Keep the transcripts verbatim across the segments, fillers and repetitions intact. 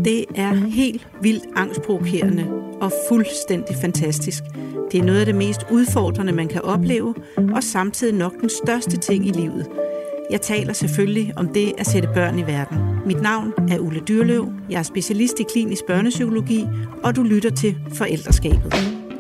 Det er helt vildt angstprovokerende og fuldstændig fantastisk. Det er noget af det mest udfordrende, man kan opleve, og samtidig nok den største ting i livet. Jeg taler selvfølgelig om det at sætte børn i verden. Mit navn er Ulle Dyrløv, jeg er specialist i klinisk børnepsykologi, og du lytter til Forældreskabet.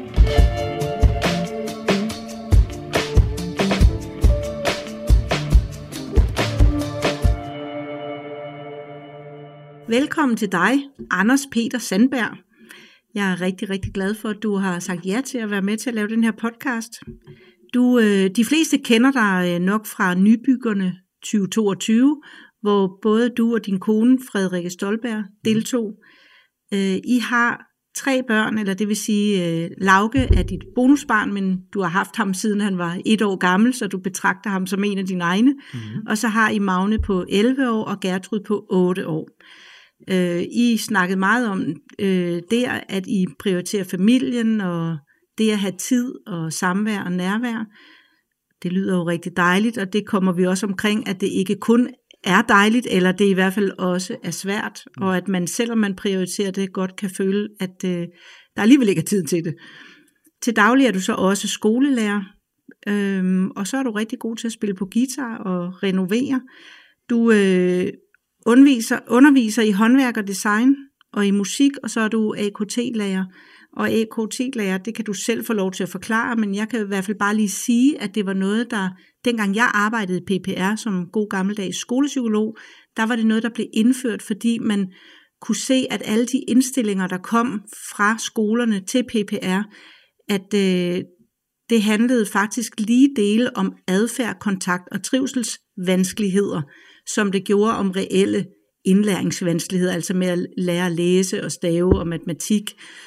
Velkommen til dig, Anders Peter Sandberg. Jeg er rigtig, rigtig glad for, at du har sagt ja til at være med til at lave den her podcast. Du, øh, de fleste kender dig nok fra Nybyggerne tyve toogtyve, hvor både du og din kone, Frederikke Stolberg, deltog. Øh, I har tre børn, eller det vil sige, øh, Lauke er dit bonusbarn, men du har haft ham siden han var et år gammel, så du betragter ham som en af dine egne. Mm-hmm. Og så har I Magne på elleve år og Gertrud på otte år. Øh, I snakkede meget om øh, det, at I prioriterer familien, og det at have tid og samvær og nærvær. Det lyder jo rigtig dejligt, og det kommer vi også omkring, at det ikke kun er dejligt, eller det i hvert fald også er svært, og at man, selvom man prioriterer det, godt kan føle, at øh, der alligevel ikke er tid til det. Til daglig er du så også skolelærer, øh, og så er du rigtig god til at spille på guitar og renovere. Du øh, underviser, underviser i håndværk og design og i musik, og så er du A K T-lærer. Og A K T-lærer, det kan du selv få lov til at forklare, men jeg kan i hvert fald bare lige sige, at det var noget, der, dengang jeg arbejdede i P P R som god gammeldags skolepsykolog, der var det noget, der blev indført, fordi man kunne se, at alle de indstillinger, der kom fra skolerne til P P R, at øh, det handlede faktisk lige dele om adfærd, kontakt og trivselsvanskeligheder, som det gjorde om reelle indlæringsvanskeligheder, altså med at lære at læse og stave og matematik.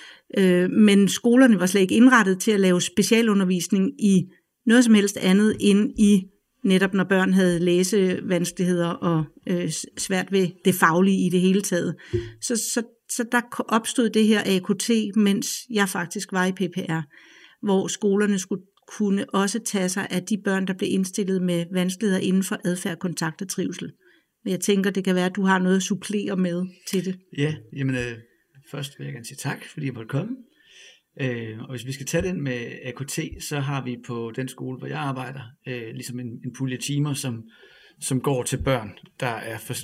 Men skolerne var slet ikke indrettet til at lave specialundervisning i noget som helst andet end i netop når børn havde læsevanskeligheder og øh, svært ved det faglige i det hele taget. Så, så, så der opstod det her A K T, mens jeg faktisk var i P P R, hvor skolerne skulle kunne også tage sig af de børn, der blev indstillet med vanskeligheder inden for adfærd, kontakt og trivsel. Men jeg tænker, det kan være, at du har noget at supplere med til det. Ja, jamen øh, først vil jeg gerne sige tak, fordi jeg måtte komme. Øh, og hvis vi skal tage den med A K T, så har vi på den skole, hvor jeg arbejder, øh, ligesom en, en pulje timer, som, som går til børn, der er for,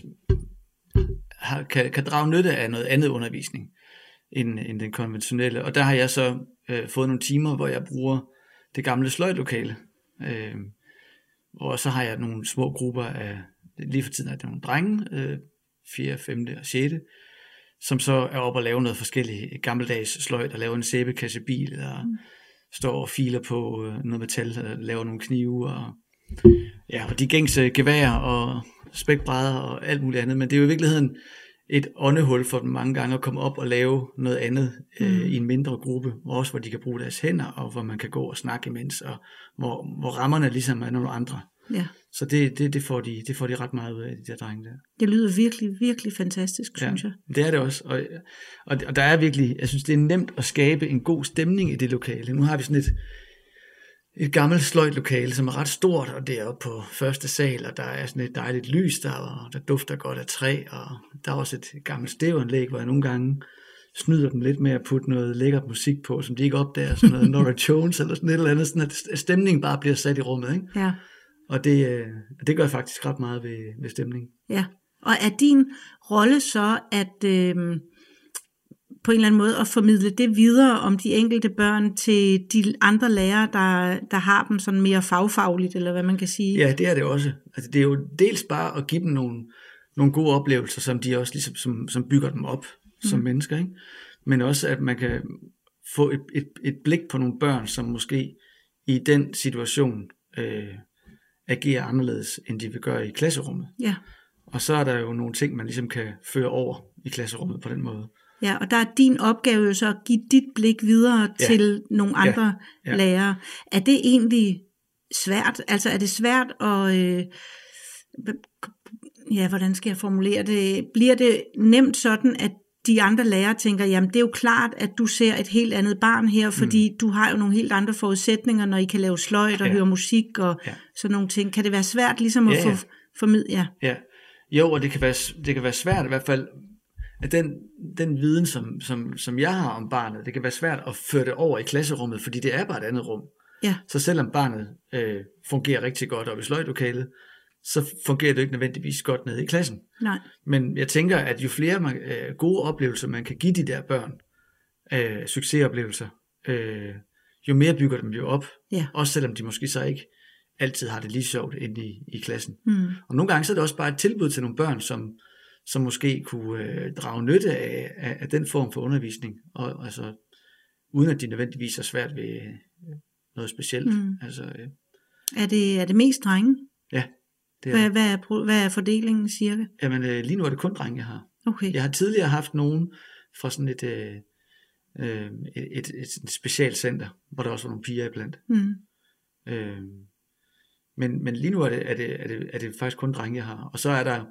har, kan, kan drage nytte af noget andet undervisning end, end den konventionelle. Og der har jeg så øh, fået nogle timer, hvor jeg bruger det gamle sløjdlokale. Øh, og så har jeg nogle små grupper af, lige for tiden er det nogle drenge, øh, fjerde, femte og sjette, som så er oppe og lave noget forskelligt gammeldags sløjt, og lave en sæbekassebil, eller mm. står og filer på øh, noget metal, og laver nogle knive, og, ja, og de gængse geværer, og spækbrædder, og alt muligt andet, men det er jo i virkeligheden et åndehul for dem mange gange, at komme op og lave noget andet øh, mm. i en mindre gruppe, også hvor de kan bruge deres hænder, og hvor man kan gå og snakke imens, og hvor, hvor rammerne ligesom er nogle andre. Ja. Så det, det, det, får de, det får de ret meget ud af, de der drenge der. Det lyder virkelig, virkelig fantastisk, ja, synes jeg. Det er det også. Og, og, og der er virkelig, jeg synes, det er nemt at skabe en god stemning i det lokale. Nu har vi sådan et, et gammelt sløjtlokale, som er ret stort, og det er oppe på første sal, og der er sådan et dejligt lys der, og der dufter godt af træ, og der er også et gammelt stævanlæg, hvor jeg nogle gange snyder dem lidt med at putte noget lækkert musik på, som de ikke opdager, sådan noget Nora Jones eller sådan et eller andet, sådan at stemningen bare bliver sat i rummet, ikke? Ja. Og det, det gør faktisk ret meget ved, ved stemningen. Ja, og er din rolle så at øh, på en eller anden måde at formidle det videre om de enkelte børn til de andre lærere, der, der har dem sådan mere fagfagligt, eller hvad man kan sige? Ja, det er det også. Altså, det er jo dels bare at give dem nogle, nogle gode oplevelser, som de også ligesom, som, som bygger dem op mm. som mennesker, ikke? Men også at man kan få et, et, et blik på nogle børn, som måske i den situation øh, agerer anderledes, end de vil gøre i klasserummet. Ja. Og så er der jo nogle ting, man ligesom kan føre over i klasserummet på den måde. Ja, og der er din opgave jo så at give dit blik videre ja. til nogle andre ja. Ja. lærere. Er det egentlig svært? Altså er det svært at... Øh, ja, hvordan skal jeg formulere det? Bliver det nemt sådan, at de andre lærere tænker, jamen det er jo klart, at du ser et helt andet barn her, fordi mm. du har jo nogle helt andre forudsætninger, når I kan lave sløjt og ja. høre musik og ja. sådan nogle ting. Kan det være svært ligesom at ja, ja. få formidlet? Ja. ja. Jo, og det kan være, det kan være svært i hvert fald. at den, den viden, som, som, som jeg har om barnet, det kan være svært at føre det over i klasserummet, fordi det er bare et andet rum. Ja. Så selvom barnet øh, fungerer rigtig godt op i sløjdlokalet, så fungerer det ikke nødvendigvis godt nede i klassen. Nej. Men jeg tænker, at jo flere man, øh, gode oplevelser, man kan give de der børn, øh, succesoplevelser, øh, jo mere bygger dem jo op. Ja. Også selvom de måske så ikke altid har det lige sjovt inde i, i klassen. Mm. Og nogle gange så er det også bare et tilbud til nogle børn, som, som måske kunne øh, drage nytte af, af, af den form for undervisning, og, altså, uden at de nødvendigvis er svært ved øh, noget specielt. Mm. Altså, øh, er, det, er det mest drenge? ja. Det er, hvad, hvad, er, hvad er fordelingen cirka? Jamen øh, lige nu er det kun drenge, jeg har. Okay. Jeg har tidligere haft nogen fra sådan et, øh, øh, et, et, et, et specialcenter, hvor der også var nogle piger iblandt. Mm. Øh, men, men lige nu er det, er, det, er, det, er det faktisk kun drenge, jeg har. Og så er der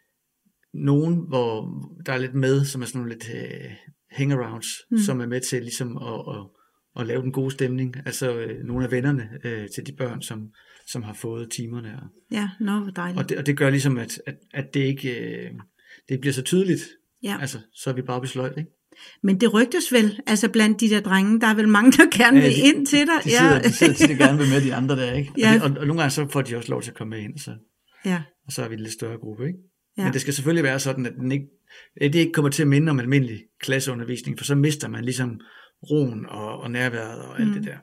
nogen, hvor der er lidt med, som er sådan nogle lidt øh, hangarounds, mm. som er med til ligesom at, at, at lave den gode stemning. Altså øh, nogle af vennerne øh, til de børn, som, som har fået timerne. Og, ja, nå, hvor dejligt. Og det, og det gør ligesom, at, at, at det ikke øh, det bliver så tydeligt. Ja. Altså, så er vi bare på sløjt, ikke? Men det rygtes vel, altså blandt de der drenge, der er vel mange, der gerne ja, vil de, ind til dig. De sidder, ja. de sidder tit gerne vil med de andre der, ikke? Ja. Og, de, og, og nogle gange så får de også lov til at komme med ind, så, ja. og så er vi en lidt større gruppe, ikke? Ja. Men det skal selvfølgelig være sådan, at den ikke, at det ikke kommer til at minde om almindelig klasseundervisning, for så mister man ligesom roen og, og nærværet og alt mm. det der.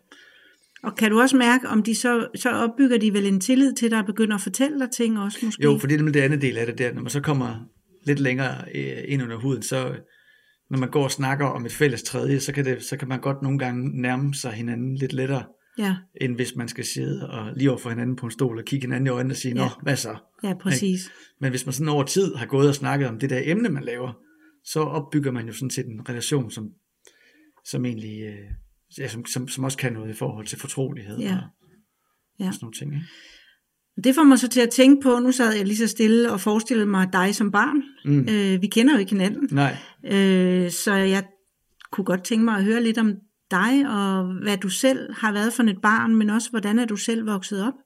Og kan du også mærke, om de så, så opbygger de vel en tillid til dig og begynder at fortælle dig ting også måske? Jo, for det er nemlig det andet del af det der. Når man så kommer lidt længere ind under huden, så når man går og snakker om et fælles tredje, så kan, det, så kan man godt nogle gange nærme sig hinanden lidt lettere, ja. end hvis man skal sidde og lige over for hinanden på en stol og kigge hinanden i øjnene og sige, nå, ja. hvad så? Ja, præcis. Ikke? Men hvis man sådan over tid har gået og snakket om det der emne, man laver, så opbygger man jo sådan set en relation, som, som egentlig... Øh, Ja, som, som, som også kan noget i forhold til fortrolighed ja. og, ja. og sådan nogle ting. Ikke? Det får mig så til at tænke på, nu sad jeg lige så stille og forestillede mig dig som barn. Mm. Øh, vi kender jo ikke hinanden. Nej. Øh, så jeg kunne godt tænke mig at høre lidt om dig, og hvad du selv har været for et barn, men også hvordan er du selv vokset op?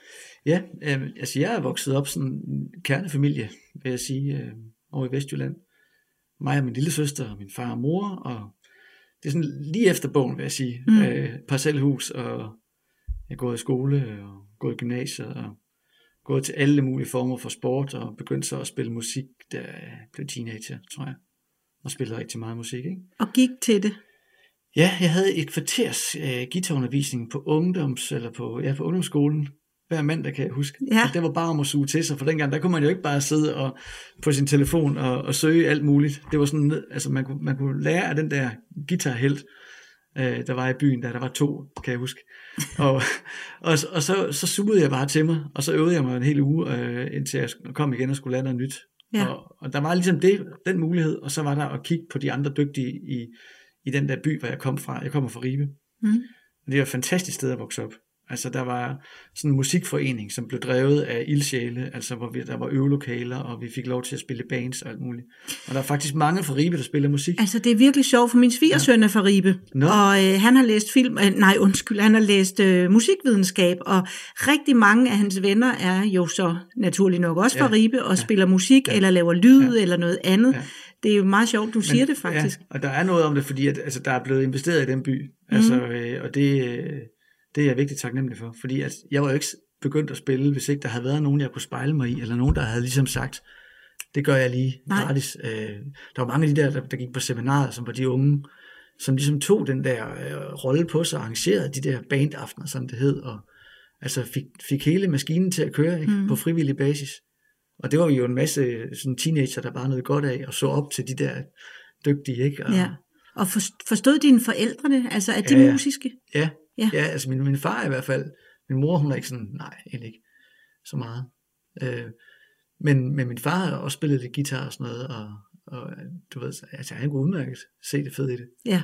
Ja, øh, altså jeg er vokset op sådan en kernefamilie, vil jeg sige, øh, over i Vestjylland. Mig og min lille søster og min far og mor, og det er sådan lige efter bogen, vil jeg sige. Mm. Øh, parcelhus, og jeg er gået i skole, og gået i gymnasiet, og gået til alle mulige former for sport, og begyndte så at spille musik, da jeg blev teenager, tror jeg. Og spillede rigtig meget musik, ikke? Og gik til det? Ja, jeg havde et kvarters øh, guitarundervisning på ungdoms, eller på, ja, på ungdomsskolen, hver mandag, kan jeg huske. Ja. Og det var bare om at suge til sig, for dengang, der kunne man jo ikke bare sidde og, på sin telefon og, og søge alt muligt. Det var sådan, altså man kunne, man kunne lære af den der guitarhelt, øh, der var i byen, der der var to, kan jeg huske. Og, og, og så, så sugede jeg bare til mig, og så øvede jeg mig en hel uge, øh, indtil jeg kom igen og skulle lære noget nyt. Ja. Og, og der var ligesom det, den mulighed, og så var der at kigge på de andre dygtige i, i den der by, hvor jeg kom fra. Jeg kommer fra Ribe. Mm. Det var et fantastisk sted at vokse op. Altså der var sådan en musikforening, som blev drevet af ildsjæle, altså hvor vi, der var øvelokaler, og vi fik lov til at spille bands og alt muligt. Og der er faktisk mange fra Ribe, der spiller musik. Altså det er virkelig sjovt, for min svigersøn er fra Ribe, no. og øh, han har læst film, øh, nej undskyld, han har læst øh, musikvidenskab, og rigtig mange af hans venner er jo så naturligt nok også ja. fra Ribe, og ja. spiller musik, ja. eller laver lyd, ja. eller noget andet. Ja. Det er jo meget sjovt, du Men, siger det faktisk. Ja, og der er noget om det, fordi at, altså, der er blevet investeret i den by, altså, mm. øh, og det... Øh, Det er jeg virkelig taknemmelig for, fordi at jeg var jo ikke begyndt at spille, hvis ikke der havde været nogen, jeg kunne spejle mig i, eller nogen, der havde ligesom sagt, det gør jeg lige gratis. Øh, der var mange af de der, der, der gik på seminarer, som var de unge, som ligesom tog den der øh, rolle på sig og arrangerede de der bandaftener, som det hed, og altså fik, fik hele maskinen til at køre, ikke, mm. på frivillig basis. Og det var jo en masse sådan teenager, der bare nåede godt af, og så op til de der dygtige, ikke? Og, ja. Og forstod dine forældre det? Altså er de ja, ja. musiske? Ja. Ja, ja altså min, min far i hvert fald. Min mor, hun er ikke sådan, nej, egentlig ikke så meget. Øh, men, men min far har også spillet lidt guitar og sådan noget, og, og du ved, altså jeg kunne udmærket se det fede i det. Ja.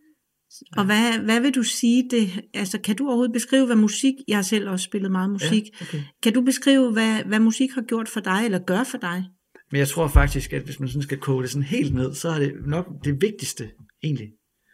Og hvad, hvad vil du sige, det, altså kan du overhovedet beskrive, hvad musik, jeg har selv også spillet meget musik, ja, okay. Kan du beskrive, hvad, hvad musik har gjort for dig, eller gør for dig? Men jeg tror faktisk, at hvis man sådan skal koge det sådan helt ned, så er det nok det vigtigste, egentlig.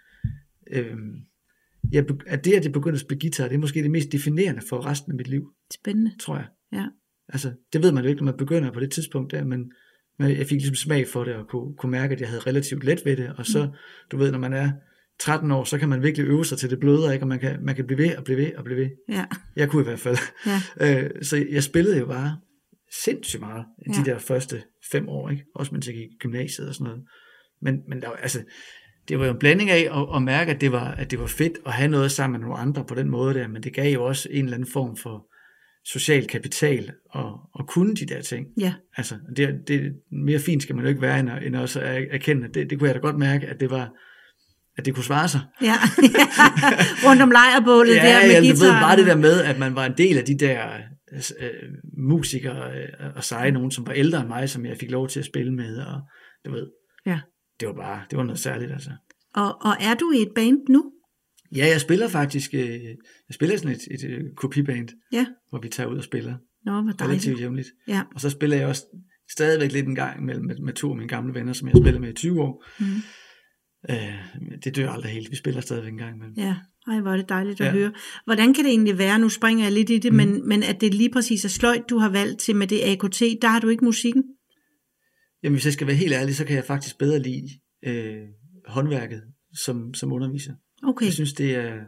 Øhm, Ja, at det, at det begynder at spille guitar, det er måske det mest definerende for resten af mit liv. Spændende. Tror jeg. Ja. Altså, det ved man jo ikke, når man begynder på det tidspunkt der, men, Men jeg fik ligesom smag for det, og kunne, kunne mærke, at jeg havde relativt let ved det, og så, mm. du ved, når man er tretten år, så kan man virkelig øve sig til det bløder, ikke? Og man kan, man kan blive ved og blive ved og blive ved. Ja. Jeg kunne i hvert fald. Ja. øh, så jeg spillede jo bare sindssygt meget de ja. der første fem år, ikke? Også mens jeg gik i gymnasiet og sådan noget. Men, men der var, altså, det var jo en blanding af at, at mærke, at det, var, at det var fedt at have noget sammen med nogle andre på den måde der, men det gav jo også en eller anden form for social kapital og, og kunne de der ting. Ja. Altså, det, det, mere fint skal man jo ikke være, end, end også at erkende, at det, det kunne jeg da godt mærke, at det var, at det kunne svare sig. Ja, rundt om lejrbålet ja, der med ja, guitaren. Du ved bare det der med, at man var en del af de der øh, musikere øh, og seje nogen, som var ældre end mig, som jeg fik lov til at spille med, og du ved, ja. det var bare, det var noget særligt altså. Og, og er du i et band nu? Ja, jeg spiller faktisk, øh, jeg spiller sådan et, et, et kopiband, ja. hvor vi tager ud og spiller. Nå, hvor dejligt. Relativt jævnligt. Ja. Og så spiller jeg også stadigvæk lidt en gang med, med, med to af mine gamle venner, som jeg har spillet med i tyve år. Mm. Øh, det dør aldrig helt. Vi spiller stadigvæk en gang imellem. Ja, ej, hvor er det dejligt at ja. høre. Hvordan kan det egentlig være, nu springer jeg lidt i det, mm. men, men at det lige præcis er sløjt, du har valgt til med det A K T, der har du ikke musikken? Jamen, hvis jeg skal være helt ærlig, så kan jeg faktisk bedre lide øh, håndværket som, som underviser. Okay. Jeg synes, det er...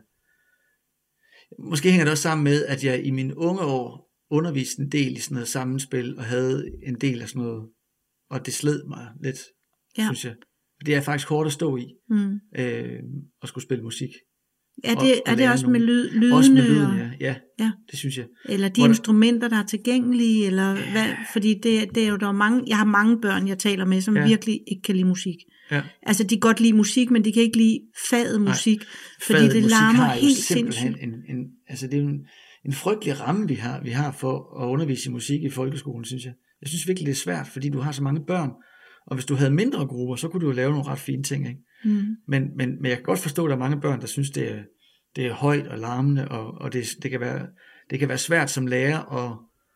Måske hænger det også sammen med, at jeg i mine unge år underviste en del i sådan noget sammenspil, og havde en del af sådan noget, og det sled mig lidt, ja. synes jeg. Det er faktisk hårdt at stå i, mm. øh, og skulle spille musik. Ja, det, og, og er det også nogen. med lyd, lydene? Også med lyden, ja. ja. Ja, det synes jeg. Eller de Hvor instrumenter, der er tilgængelige, eller hvad? Fordi det, det er jo der er mange, jeg har mange børn, jeg taler med, som ja. virkelig ikke kan lide musik. Ja. Altså, de kan godt lide musik, men de kan ikke lide faget musik, Nej. fordi faget det larmer helt sindssygt. En, en, altså, det er jo en, en frygtelig ramme, vi har, vi har for at undervise i musik i folkeskolen, synes jeg. Jeg synes virkelig, det er svært, fordi du har så mange børn, og hvis du havde mindre grupper, så kunne du jo lave nogle ret fine ting, ikke? Mm. Men, men, men jeg kan godt forstå, at der er mange børn, der synes, det er, det er højt og larmende, og, og det, det, kan være, det kan være svært som lærer at,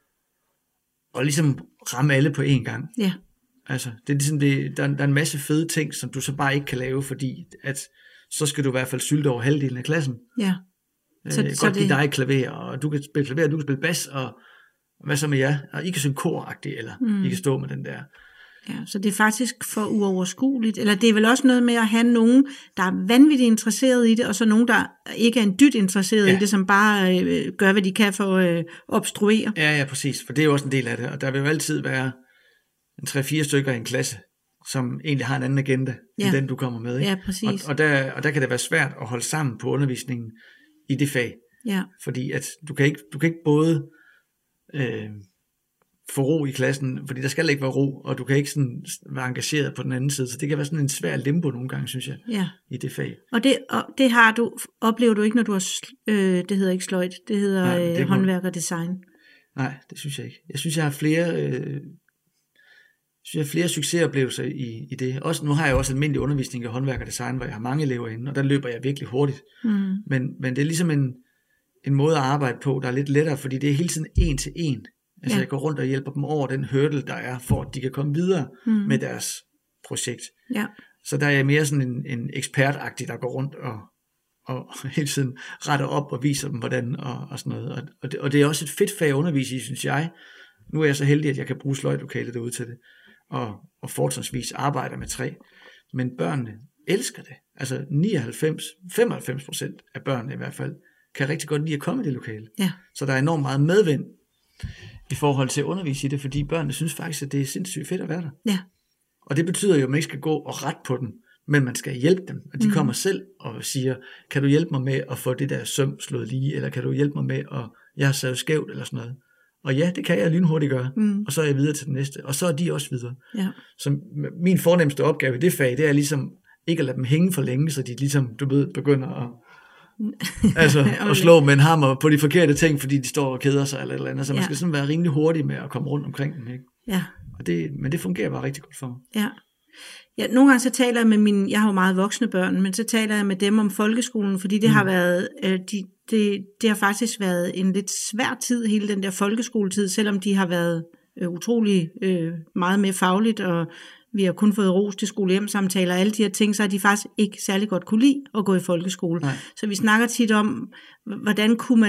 at ligesom ramme alle på én gang. Ja. Altså, det er ligesom det, der, der er en masse fede ting, som du så bare ikke kan lave, fordi at, så skal du i hvert fald sylte over halvdelen af klassen. Ja. Så, øh, så godt give dig klaver, og du kan spille klaver, du kan spille bas, og hvad så med jer? Og I kan synge koragtigt, eller mm. I kan stå med den der. Ja, så det er faktisk for uoverskueligt. Eller det er vel også noget med at have nogen, der er vanvittigt interesseret i det, og så nogen, der ikke er en dyt interesseret ja. i det, som bare øh, gør, hvad de kan for at øh, obstruere. Ja, ja, præcis. For det er jo også en del af det. Og der vil jo altid være en tre-fire stykker i en klasse, som egentlig har en anden agenda, ja. end den du kommer med. Ikke? Ja, præcis. Og, og, der, og der kan det være svært at holde sammen på undervisningen i det fag. Ja. Fordi at du kan ikke, du kan ikke både... Øh, få ro i klassen, fordi der skal ikke være ro, og du kan ikke sådan være engageret på den anden side, så det kan være sådan en svær limbo nogle gange, synes jeg, ja. i det fag. Og det, og det har du, oplever du ikke, når du har, øh, det hedder ikke sløjt, det hedder Nej, det øh, håndværk og design. Nej, det synes jeg ikke. Jeg synes, jeg har flere, øh, synes, jeg har flere succesoplevelser i, i det. Også, nu har jeg også almindelig undervisning i håndværk og design, hvor jeg har mange elever inde, og der løber jeg virkelig hurtigt. Mm. Men, men det er ligesom en, en måde at arbejde på, der er lidt lettere, fordi det er hele tiden en til en. Altså ja. jeg går rundt og hjælper dem over den hurdle, der er, for at de kan komme videre mm. med deres projekt. Ja. Så der er jeg mere sådan en, en ekspertagtig, der går rundt og, og hele tiden retter op og viser dem, hvordan og, og sådan noget. Og, og, det, og det er også et fedt fag at undervise i, synes jeg. Nu er jeg så heldig, at jeg kan bruge sløjtlokalet derude til det, og, og fortrinsvis arbejder med træ. Men børnene elsker det. Altså nioghalvfems, femoghalvfems procent af børnene i hvert fald, kan rigtig godt lide at komme i det lokale. Ja. Så der er enormt meget medvind i forhold til at undervise i det, fordi børnene synes faktisk, at det er sindssygt fedt at være der. Ja. Og det betyder jo, at man ikke skal gå og rette på dem, men man skal hjælpe dem. Og de mm. kommer selv og siger, kan du hjælpe mig med at få det der søm slået lige, eller kan du hjælpe mig med, at jeg har savet skævt, eller sådan noget. Og ja, det kan jeg lynhurtigt gøre, mm. og så er jeg videre til den næste, og så er de også videre. Ja. Så min fornemmeste opgave i det fag, det er ligesom ikke at lade dem hænge for længe, så de ligesom, du ved, begynder at altså okay. at slå med en hammer på de forkerte ting, fordi de står og keder sig eller eller andet. Så man ja. skal sådan være rimelig hurtig med at komme rundt omkring dem, ikke? Ja. Og det, men det fungerer bare rigtig godt for mig. Ja. Ja, nogle gange så taler jeg med mine, jeg har jo meget voksne børn, men så taler jeg med dem om folkeskolen, fordi det mm. har været, øh, de, det, det har faktisk været en lidt svær tid, hele den der folkeskoletid, selvom de har været øh, utrolig øh, meget mere fagligt, og vi har kun fået ros til skole-hjem-samtaler og alle de her ting, så har de faktisk ikke særlig godt kunne lide at gå i folkeskole. Nej. Så vi snakker tit om, hvordan kunne man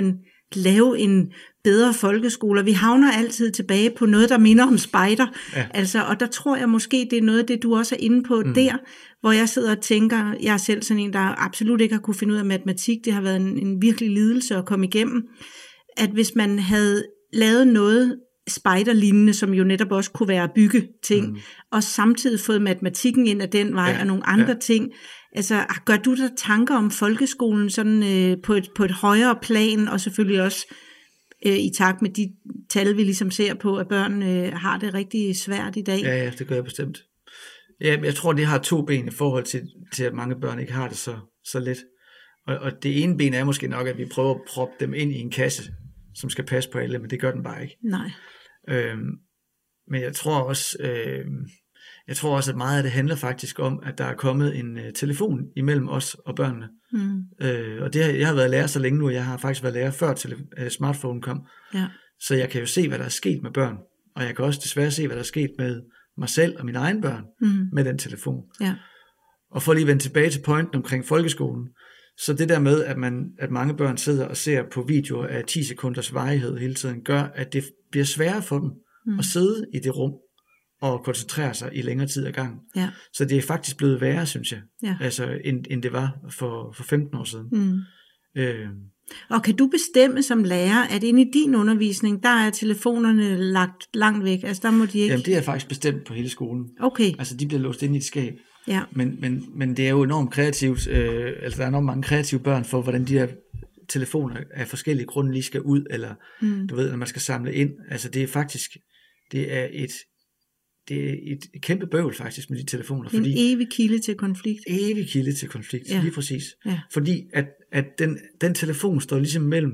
lave en bedre folkeskole. Vi havner altid tilbage på noget, der minder om spejder. Ja. Altså, og der tror jeg måske, det er noget af det, du også er inde på mm. der, hvor jeg sidder og tænker, jeg er selv sådan en, der absolut ikke har kunne finde ud af matematik. Det har været en, en virkelig lidelse at komme igennem. At hvis man havde lavet noget spejderlignende, som jo netop også kunne være bygge ting, mm. og samtidig fået matematikken ind af den vej, ja, og nogle andre ja. ting. Altså, gør du der tanker om folkeskolen sådan øh, på, et, på et højere plan, og selvfølgelig også øh, i takt med de tal, vi ligesom ser på, at børn øh, har det rigtig svært i dag? Ja, ja, det gør jeg bestemt. Ja, jeg tror, det har to ben i forhold til, til at mange børn ikke har det så, så let. Og, og det ene ben er måske nok, at vi prøver at proppe dem ind i en kasse, som skal passe på alle, men det gør den bare ikke. Nej. Øhm, men jeg tror også, øh, jeg tror også, at meget af det handler faktisk om, at der er kommet en uh, telefon imellem os og børnene. Mm. Øh, og det har, jeg har været lærer så længe nu, jeg har faktisk været lærer før tele- uh, smartphone kom. Ja. Så jeg kan jo se, hvad der er sket med børn, og jeg kan også desværre se, hvad der er sket med mig selv og mine egne børn mm. med den telefon. Ja. Og for lige at vende tilbage til pointen omkring folkeskolen, så det der med, at, man, at mange børn sidder og ser på videoer af ti sekunders varighed hele tiden, gør, at det bliver sværere for dem mm. at sidde i det rum og koncentrere sig i længere tid ad gangen. Ja. Så det er faktisk blevet værre, synes jeg, ja. altså, end, end det var for, for femten år siden. Mm. Øh. Og kan du bestemme som lærer, at inde i din undervisning, der er telefonerne lagt langt væk? Altså der må de ikke... Jamen det er faktisk bestemt på hele skolen. Okay. Altså de bliver låst inde i et skab. Ja. Men, men, men det er jo enormt kreativt, øh, altså der er enormt mange kreative børn for, hvordan de her telefoner af forskellige grunde lige skal ud, eller mm. du ved, når man skal samle ind. Altså det er faktisk, det er et, det er et kæmpe bøvl faktisk med de telefoner. En fordi, evig kilde til konflikt. Evig kilde til konflikt, ja. Lige præcis. Ja. Fordi at, at den, den telefon står ligesom mellem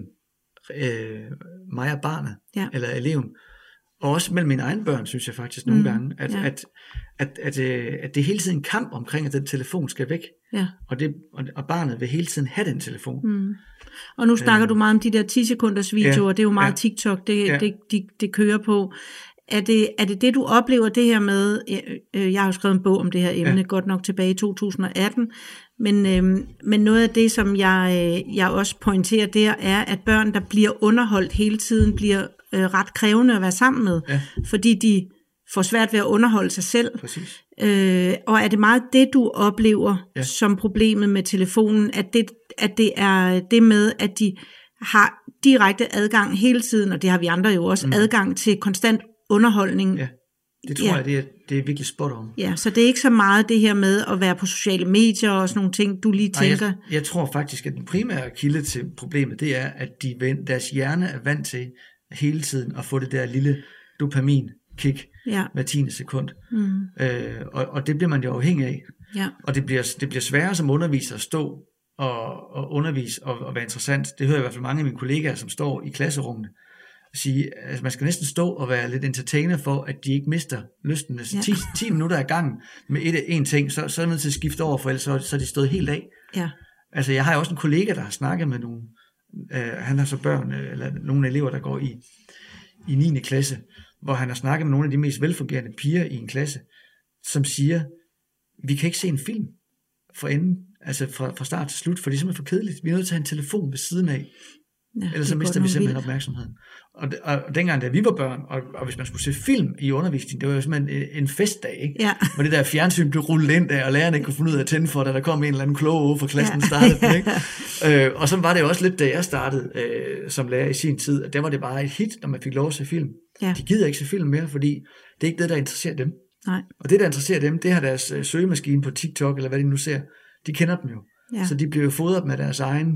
øh, mig og barnet, ja. Eller eleven, og også mellem mine egne børn, synes jeg faktisk nogle mm, gange, at, ja. at, at, at, at, at det er hele tiden en kamp omkring, at den telefon skal væk. Ja. Og, det, og barnet vil hele tiden have den telefon. Mm. Og nu snakker øh, du meget om de der ti sekunders videoer, ja, det er jo meget ja, TikTok, det, ja. det, det, det kører på. Er det, er det det, du oplever det her med, øh, jeg har jo skrevet en bog om det her emne, ja. Godt nok tilbage i to tusind og atten, men, øh, men noget af det, som jeg, øh, jeg også pointerer der, er, at børn, der bliver underholdt hele tiden, bliver øh, ret krævende at være sammen med, ja. Fordi de får svært ved at underholde sig selv. Øh, og er det meget det, du oplever ja. Som problemet med telefonen, at det, at det er det med, at de har direkte adgang hele tiden, og det har vi andre jo også, mm. adgang til konstant underholdning. Ja, det tror ja. jeg, det er, det er virkelig spot on. Ja, så det er ikke så meget det her med at være på sociale medier og sådan nogle ting, du lige Nej, tænker. Jeg, jeg tror faktisk, at den primære kilde til problemet, det er, at de, deres hjerne er vant til hele tiden at få det der lille dopamin-kick ja. Hver tiende sekund. Mm. Øh, og, og det bliver man jo afhængig af. Ja. Og det bliver, det bliver sværere som underviser at stå og, og undervise og, og være interessant. Det hører jeg i hvert fald mange af mine kollegaer, som står i klasserummene, sige, altså man skal næsten stå og være lidt entertainer for, at de ikke mister lysten. Altså ja. ti, ti minutter ad gangen med et, en ting, så, så er man nødt til at skifte over, for ellers så, så er de stået helt af. Ja. Altså jeg har jo også en kollega, der har snakket med nogle, øh, han har så børn, øh, eller nogle elever, der går i, i niende klasse, hvor han har snakket med nogle af de mest velfungerende piger i en klasse, som siger, vi kan ikke se en film for enden, altså fra, fra start til slut, for det er simpelthen for kedeligt. Vi er nødt til at have en telefon ved siden af. Ja, ellers så mister vi simpelthen vildt. Opmærksomheden. Og, og, og dengang, da vi var børn, og, og hvis man skulle se film i undervisning, det var jo simpelthen en, en festdag, ikke? Ja. Hvor det der fjernsyn blev rullet ind der, og lærerne ikke kunne finde ud af at tænde for, da der kom en eller anden klog over for klassen ja. Startede. Ikke? øh, og så var det jo også lidt, da jeg startede øh, som lærer i sin tid, at der var det bare et hit, når man fik lov at se film. Ja. De gider ikke se film mere, fordi det er ikke det, der interesserer dem. Nej. Og det, der interesserer dem, det har deres øh, søgemaskine på TikTok, eller hvad de nu ser. De kender dem jo. Ja. Så de bliver jo fodret med deres egen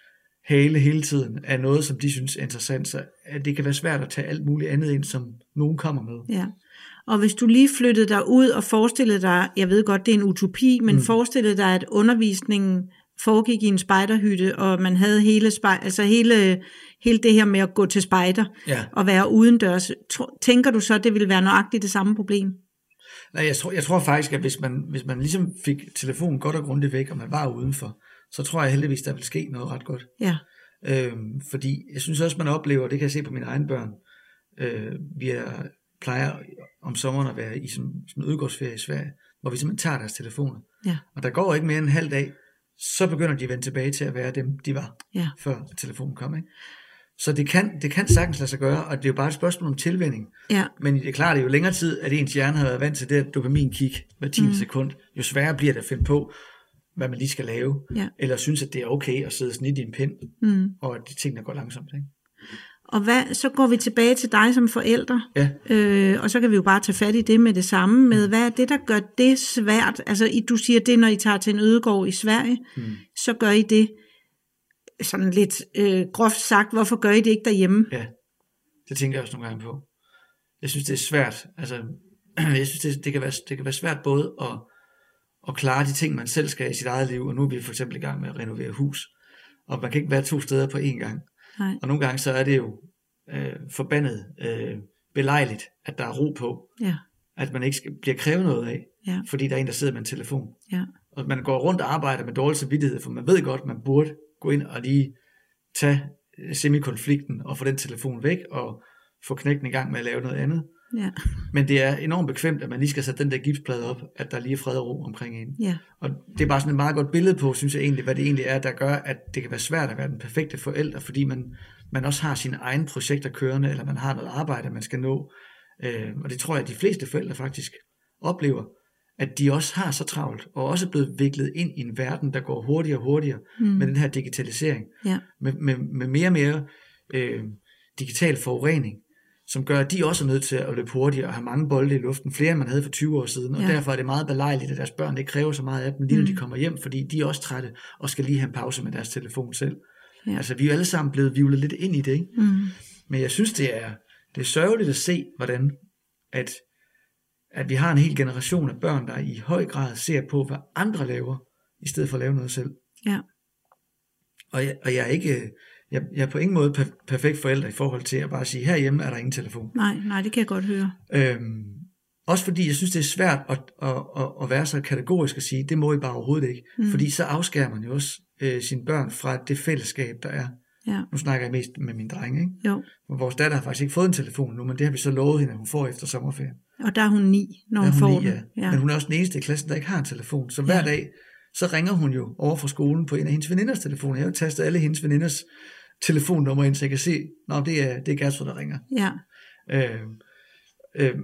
hale hele tiden af noget, som de synes er interessant, så det kan være svært at tage alt muligt andet ind, som nogen kommer med. Ja. Og hvis du lige flyttede dig ud og forestillede dig, jeg ved godt, det er en utopi, men mm. forestillede dig, at undervisningen foregik i en spejderhytte, og man havde hele, spej- altså hele, hele det her med at gå til spejder ja. Og være udendørs. Tænker du så, at det ville være nøjagtigt det samme problem? Nej, jeg tror, jeg tror faktisk, at hvis man, hvis man ligesom fik telefonen godt og grundigt væk, og man var udenfor, så tror jeg heldigvis, der vil ske noget ret godt. Ja. Øhm, fordi jeg synes også, man oplever, det kan jeg se på mine egne børn, øh, vi er, plejer om sommeren at være i sådan, sådan en udgårdsferie i Sverige, hvor vi simpelthen tager deres telefoner. Ja. Og der går ikke mere end en halv dag, så begynder de at vende tilbage til at være dem, de var, ja. Før telefonen kom. Ikke? Så det kan, det kan sagtens lade sig gøre, og det er jo bare et spørgsmål om tilvænning. Ja. Men det er klart, at jo længere tid, at ens hjerne har været vant til det dopamin-kick hver tiende mm. sekund, jo sværere bliver det at finde på, hvad man lige skal lave, ja. Eller synes, at det er okay at sidde snidt i en pind, mm. og at de tingene går langsomt. Ikke? Og hvad, så går vi tilbage til dig som forælder, ja. øh, og så kan vi jo bare tage fat i det med det samme, med hvad er det, der gør det svært? Altså, du siger det, når I tager til en ødegård i Sverige, mm. så gør I det, sådan lidt øh, groft sagt, hvorfor gør I det ikke derhjemme? Ja, det tænker jeg også nogle gange på. Jeg synes, det er svært. Altså, jeg synes, det, det, kan være, det kan være svært både at, at klare de ting, man selv skal i sit eget liv, og nu er vi for eksempel i gang med at renovere hus, og man kan ikke være to steder på én gang. Nej. Og nogle gange så er det jo øh, forbandet øh, belejligt, at der er ro på, ja. At man ikke skal, bliver krævet noget af, ja. Fordi der er en, der sidder med en telefon. Ja. Og man går rundt og arbejder med dårlig samvittighed, for man ved godt, man burde gå ind og lige tage semikonflikten og få den telefon væk og få knægten i gang med at lave noget andet. Ja. Men det er enormt bekvemt, at man lige skal sætte den der gipsplade op, at der lige er fred og ro omkring en. Ja. Og det er bare sådan et meget godt billede på, synes jeg egentlig, hvad det egentlig er, der gør, at det kan være svært at være den perfekte forælder, fordi man, man også har sine egne projekter kørende, eller man har noget arbejde, man skal nå. Øh, og det tror jeg, at de fleste forældre faktisk oplever, at de også har så travlt, og også er blevet viklet ind i en verden, der går hurtigere og hurtigere mm. med den her digitalisering. Ja. Med, med, med mere og mere øh, digital forurening, som gør, at de også er nødt til at løbe hurtigere og have mange bolde i luften, flere end man havde for tyve år siden, og ja. Derfor er det meget belejligt, at deres børn ikke kræver så meget af dem, lige når mm. de kommer hjem, fordi de er også trætte, og skal lige have en pause med deres telefon selv. Ja. Altså, vi er jo alle sammen blevet vivlet lidt ind i det, ikke? Mm. Men jeg synes, det er, det er sørgeligt at se, hvordan at, at vi har en hel generation af børn, der i høj grad ser på, hvad andre laver, i stedet for at lave noget selv. Ja. Og jeg, og jeg er ikke... Jeg, jeg er på ingen måde per- perfekt forælder i forhold til at bare sige, herhjemme er der ingen telefon. Nej, nej, det kan jeg godt høre. Øhm, også fordi jeg synes, det er svært at, at, at, at være så kategorisk at sige, det må I bare overhovedet ikke. Mm. Fordi så afskærer man jo også øh, sine børn fra det fællesskab, der er. Ja. Nu snakker jeg mest med min dreng, ikke? Jo. Vores datter har faktisk ikke fået en telefon nu, men det har vi så lovet hende, at hun får efter sommerferien. Og der er hun ni, når hun, hun får ni, den. Ja. Ja. Men hun er også den eneste i klassen, der ikke har en telefon. Så hver ja. dag, så ringer hun jo over fra skolen på en af hendes veninders telefoner. Jeg har jo tastet alle hendes veninders telefonnummer ind, så jeg kan se, nå, det er, det er Gertrud, der ringer. Ja. Øhm, øhm,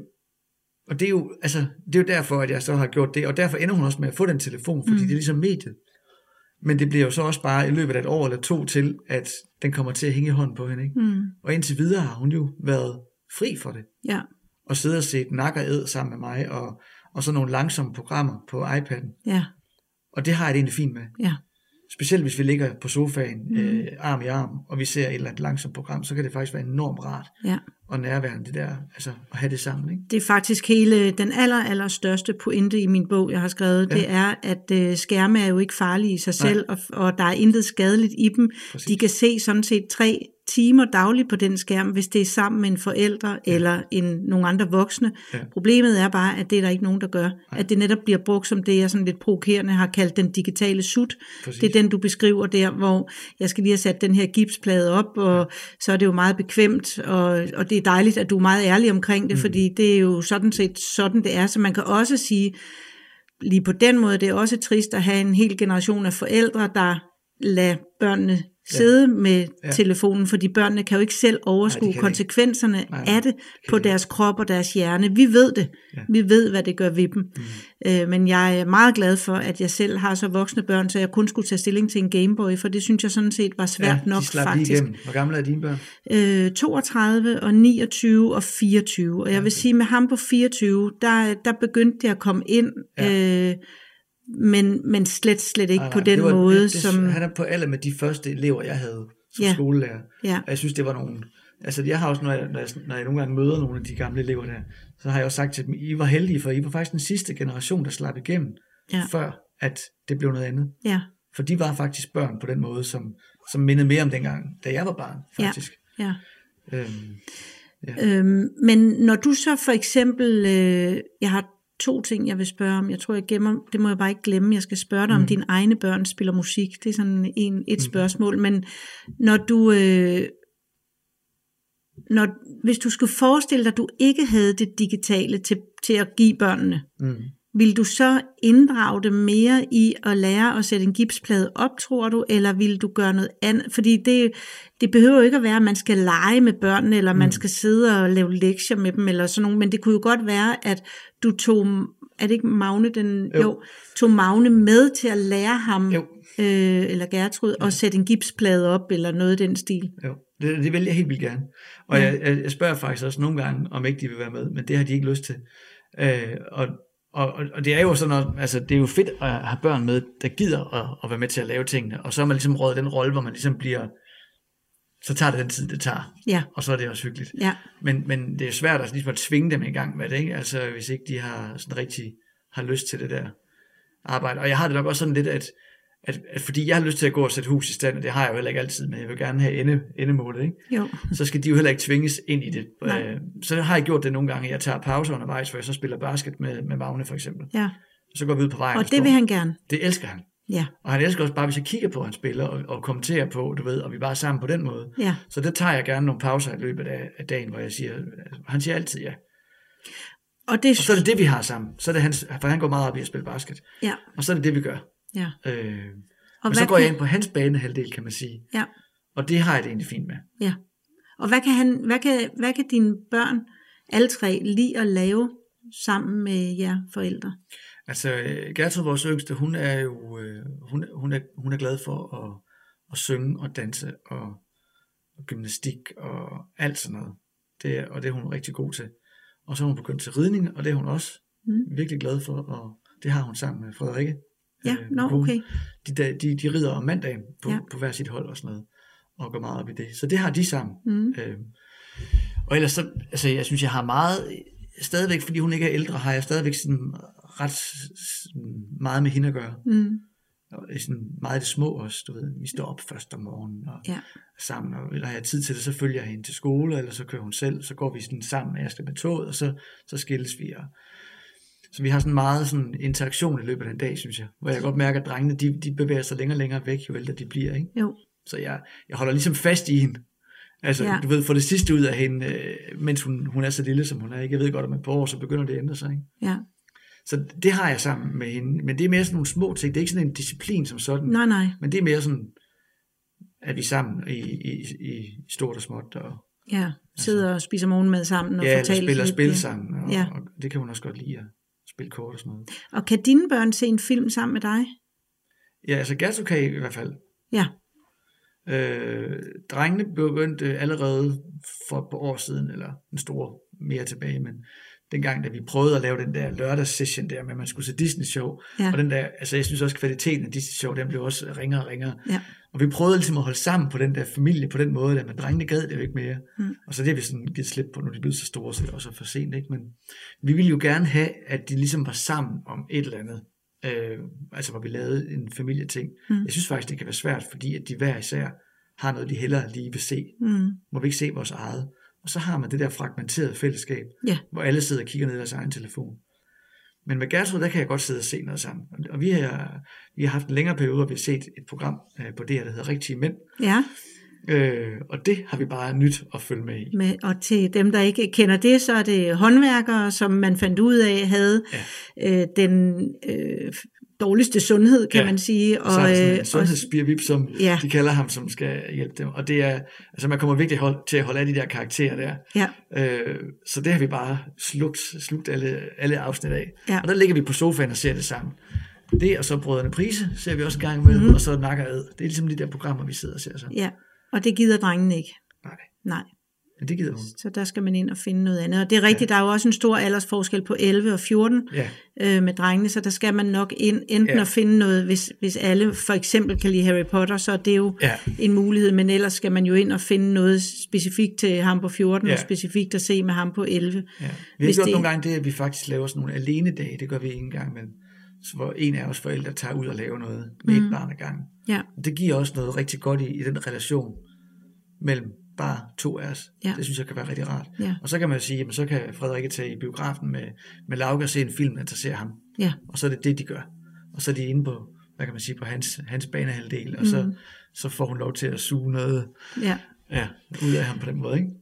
og det er, jo, altså, det er jo derfor, at jeg så har gjort det, og derfor ender hun også med at få den telefon, fordi mm. det er ligesom mediet. Men det bliver jo så også bare i løbet af et år eller to til, at den kommer til at hænge i hånden på hende. Ikke? Mm. Og indtil videre har hun jo været fri for det. Ja. Og sidde og se nakker æd sammen med mig, og, og så nogle langsomme programmer på iPad'en. Ja. Og det har jeg det egentlig fint med. Ja. Specielt hvis vi ligger på sofaen, mm. øh, arm i arm, og vi ser et eller andet langsomt program, så kan det faktisk være enormt rart ja. og nærværende det der, altså at have det sammen. Ikke? Det er faktisk hele den aller, aller største pointe i min bog, jeg har skrevet, ja. Det er, at øh, skærme er jo ikke farlige i sig Nej. selv, og, og der er intet skadeligt i dem. Præcis. De kan se sådan set tre timer dagligt på den skærm, hvis det er sammen med en forælder ja. Eller en, nogle andre voksne. Ja. Problemet er bare, at det er der ikke nogen, der gør. Nej. At det netop bliver brugt som det, jeg sådan lidt provokerende har kaldt den digitale sut. Præcis. Det er den, du beskriver der, hvor jeg skal lige have sat den her gipsplade op, og ja. Så er det jo meget bekvemt, og, og det er dejligt, at du er meget ærlig omkring det, mm. fordi det er jo sådan set sådan, det er. Så man kan også sige, lige på den måde, det er også trist at have en hel generation af forældre, der lader børnene sidde ja. Med ja. Telefonen, fordi børnene kan jo ikke selv overskue Nej, konsekvenserne Nej, af det på det. Deres krop og deres hjerne. Vi ved det. Ja. Vi ved, hvad det gør ved dem. Mm. Øh, men jeg er meget glad for, at jeg selv har så voksne børn, så jeg kun skulle tage stilling til en Gameboy, for det synes jeg sådan set var svært ja, nok faktisk. Hvor gamle er dine børn? Øh, toogtredive og niogtyve og fireogtyve. Og jeg okay. vil sige, med ham på fireogtyve, der, der begyndte det at komme ind... Ja. Øh, Men, men slet, slet ikke nej, nej, på den var, måde, det, det, som... Han er på alder med de første elever, jeg havde som ja. Skolelærer. Ja. Og jeg synes, det var nogle... Altså, jeg har også, når jeg, når, jeg, når jeg nogle gange møder nogle af de gamle elever der, så har jeg også sagt til dem, I var heldige, for I var faktisk den sidste generation, der slap igennem, ja. Før at det blev noget andet. Ja. For de var faktisk børn på den måde, som, som mindede mere om dengang, da jeg var barn, faktisk. Ja. Ja. Øhm, ja. Øhm, men når du så for eksempel... Øh, jeg har to ting, jeg vil spørge om. Jeg tror, jeg gemmer, det må jeg bare ikke glemme. Jeg skal spørge dig, mm. om dine egne børn spiller musik. Det er sådan en, et mm. spørgsmål. Men når du, øh, når, hvis du skulle forestille dig, at du ikke havde det digitale til, til at give børnene, mm. vil du så inddrage dem mere i at lære at sætte en gipsplade op, tror du, eller vil du gøre noget andet? Fordi det, det behøver jo ikke at være, at man skal lege med børnene, eller mm. man skal sidde og lave lektier med dem, eller sådan noget, men det kunne jo godt være, at du tog, er det ikke Magne, den, jo. Jo, tog Magne med til at lære ham, øh, eller Gertrud, ja. At sætte en gipsplade op, eller noget i den stil. Jo, det, det vil jeg helt vildt gerne. Og ja. jeg, jeg spørger faktisk også nogle gange, om ikke de vil være med, men det har de ikke lyst til. Øh, og Og, og det er jo sådan noget, altså det er jo fedt at have børn med, der gider at, at være med til at lave tingene, og så er man ligesom rådet den rolle, hvor man ligesom bliver, så tager det den tid, det tager, ja. Og så er det også hyggeligt. Ja. Men, men det er svært at, ligesom at tvinge dem i gang med det, ikke? Altså hvis ikke de har sådan rigtig har lyst til det der arbejde. Og jeg har det nok også sådan lidt, at, at, at fordi jeg har lyst til at gå og sætte hus i stand, og det har jeg jo heller ikke altid, men jeg vil gerne have ende, endemålet, ikke? Jo. Så skal de jo heller ikke tvinges ind i det. Nej. Så har jeg gjort det nogle gange, jeg tager pauser undervejs, hvor jeg så spiller basket med, med Magne for eksempel. Ja. Så går vi ud på vejen. Og, og det vil han gerne. Det elsker han. Ja. Og han elsker også bare, hvis jeg kigger på, at han spiller og, og kommenterer på, du ved, og vi bare er sammen på den måde. Ja. Så det tager jeg gerne nogle pauser i løbet af, af dagen, hvor jeg siger, han siger altid ja. Og, det... og så er det det, vi har sammen. Så er det hans, for han går meget op i at spille basket. Ja. Og så er det det, vi gør. Ja. Øh, og men så går kan... jeg ind på hans banehalvdel, kan man sige. Ja. Og det har jeg det egentlig fint med. Ja. Og hvad kan, han, hvad kan, hvad kan dine børn, alle tre, lide at lave sammen med jer forældre? Altså, Gertrud, vores yngste, hun er jo hun, hun, er, hun er glad for at, at synge og danse og, og gymnastik og alt sådan noget. Det er, og det er hun rigtig god til. Og så er hun begyndt til ridning, og det er hun også mm. virkelig glad for, og det har hun sammen med Frederikke. Ja, øh, no, okay. De, de, de rider om mandagen på, ja. på hver sit hold og sådan noget, og går meget op i det. Så det har de sammen. Mm. Øh, og ellers så, altså jeg synes, jeg har meget, stadigvæk, fordi hun ikke er ældre, har jeg stadigvæk sådan ret sådan meget med hende at gøre. Mm. Og sådan meget af det små også, du ved. Vi står op først om morgenen og ja. sammen, og når jeg har tid til det, så følger jeg hende til skole, eller så kører hun selv, så går vi sådan sammen, og jeg skal med toget, og så, så skilles vi. Og så vi har sådan meget sådan interaktion i løbet af en dag, synes jeg, hvor jeg godt mærker, at drengene, de, de bevæger sig længere og længere væk, jo ældre de bliver, ikke? Jo. Så jeg, jeg holder ligesom fast i hende. Altså, ja. Du ved, få det sidste ud af hende, øh, mens hun, hun er så lille, som hun er, ikke? Jeg ved godt, om et par år, så begynder det at ændre sig, ikke? Ja. Så det har jeg sammen med hende, men det er mere sådan nogle små ting, det er ikke sådan en disciplin som sådan. Nej, nej. Men det er mere sådan, at vi sammen i, i, i stort og småt. Og, ja, sidder altså, og spiser morgenmad sammen og ja, fortæller spiller lidt. spil ja. sammen, og, ja. og det kan hun også godt lide at spille kort og sådan noget. Og kan dine børn se en film sammen med dig? Ja, altså Gertrud kan i hvert fald. Ja. Øh, drengene begyndte allerede for et par år siden, eller en stor mere tilbage, men dengang, da vi prøvede at lave den der lørdagssession der, med at man skulle se Disney-show, ja. og den der, altså jeg synes også, kvaliteten af Disney-show, den blev også ringere og ringere, ja. og vi prøvede ligesom at holde sammen på den der familie, på den måde, der, men drengene gad det jo ikke mere, mm. og så det har vi sådan givet slip på, nu de er blevet så store, så det er også for sent, ikke? Men vi ville jo gerne have, at de ligesom var sammen om et eller andet, øh, altså hvor vi lavede en familieting. Mm. Jeg synes faktisk, det kan være svært, fordi at de hver især har noget, de hellere lige vil se, mm. hvor vi ikke se vores eget. Og så har man det der fragmenterede fællesskab, ja. hvor alle sidder og kigger ned i deres egen telefon. Men med Gertrud, der kan jeg godt sidde og se noget sammen. Og vi har, vi har haft en længere periode, hvor vi har set et program øh, på det her, der hedder Rigtige Mænd. Ja. Øh, og det har vi bare nyt at følge med i. Med, og til dem, der ikke kender det, så er det håndværkere, som man fandt ud af, havde ja. øh, den øh, dårligste sundhed, kan ja. man sige. Og så er der sådan en sundhedsspirvip, som ja. de kalder ham, som skal hjælpe dem. Og det er, altså man kommer virkelig hold, til at holde af de der karakterer der. Ja. Øh, så det har vi bare slugt, slugt alle, alle afsnit af. Ja. Og der ligger vi på sofaen og ser det sammen. Det og så Brødrene Prise ser vi også en gang med, mm. og så Nakker Ad. Det er ligesom de der programmer, vi sidder og ser sammen. Ja, og det gider drengene ikke. Nej. Nej. Ja, det gider hun. Så der skal man ind og finde noget andet. Og det er rigtigt, ja. der er jo også en stor aldersforskel på elleve og fjorten ja. øh, med drengene, så der skal man nok ind, enten ja. at finde noget, hvis, hvis alle for eksempel kan lide Harry Potter, så er det jo ja. en mulighed, men ellers skal man jo ind og finde noget specifikt til ham på fjorten, ja. og specifikt at se med ham på elleve. Ja. Vi har gjort det... nogle gange det, at vi faktisk laver sådan nogle alene-dage, det gør vi ikke engang, men hvor en af os forældre tager ud og laver noget med mm. et barn ad gangen. Ja. Det giver også noget rigtig godt i, i den relation mellem bare to af os. Ja. Det synes jeg kan være rigtig rart. Ja. Og så kan man sige, jamen så kan Frederikke tage i biografen med, med Lauke og se en film, der interesserer ham. Ja. Og så er det det, de gør. Og så er de inde på, hvad kan man sige, på hans, hans banehalvdel, og mm. så, så får hun lov til at suge noget ja. Ja, ud af ham på den måde, ikke?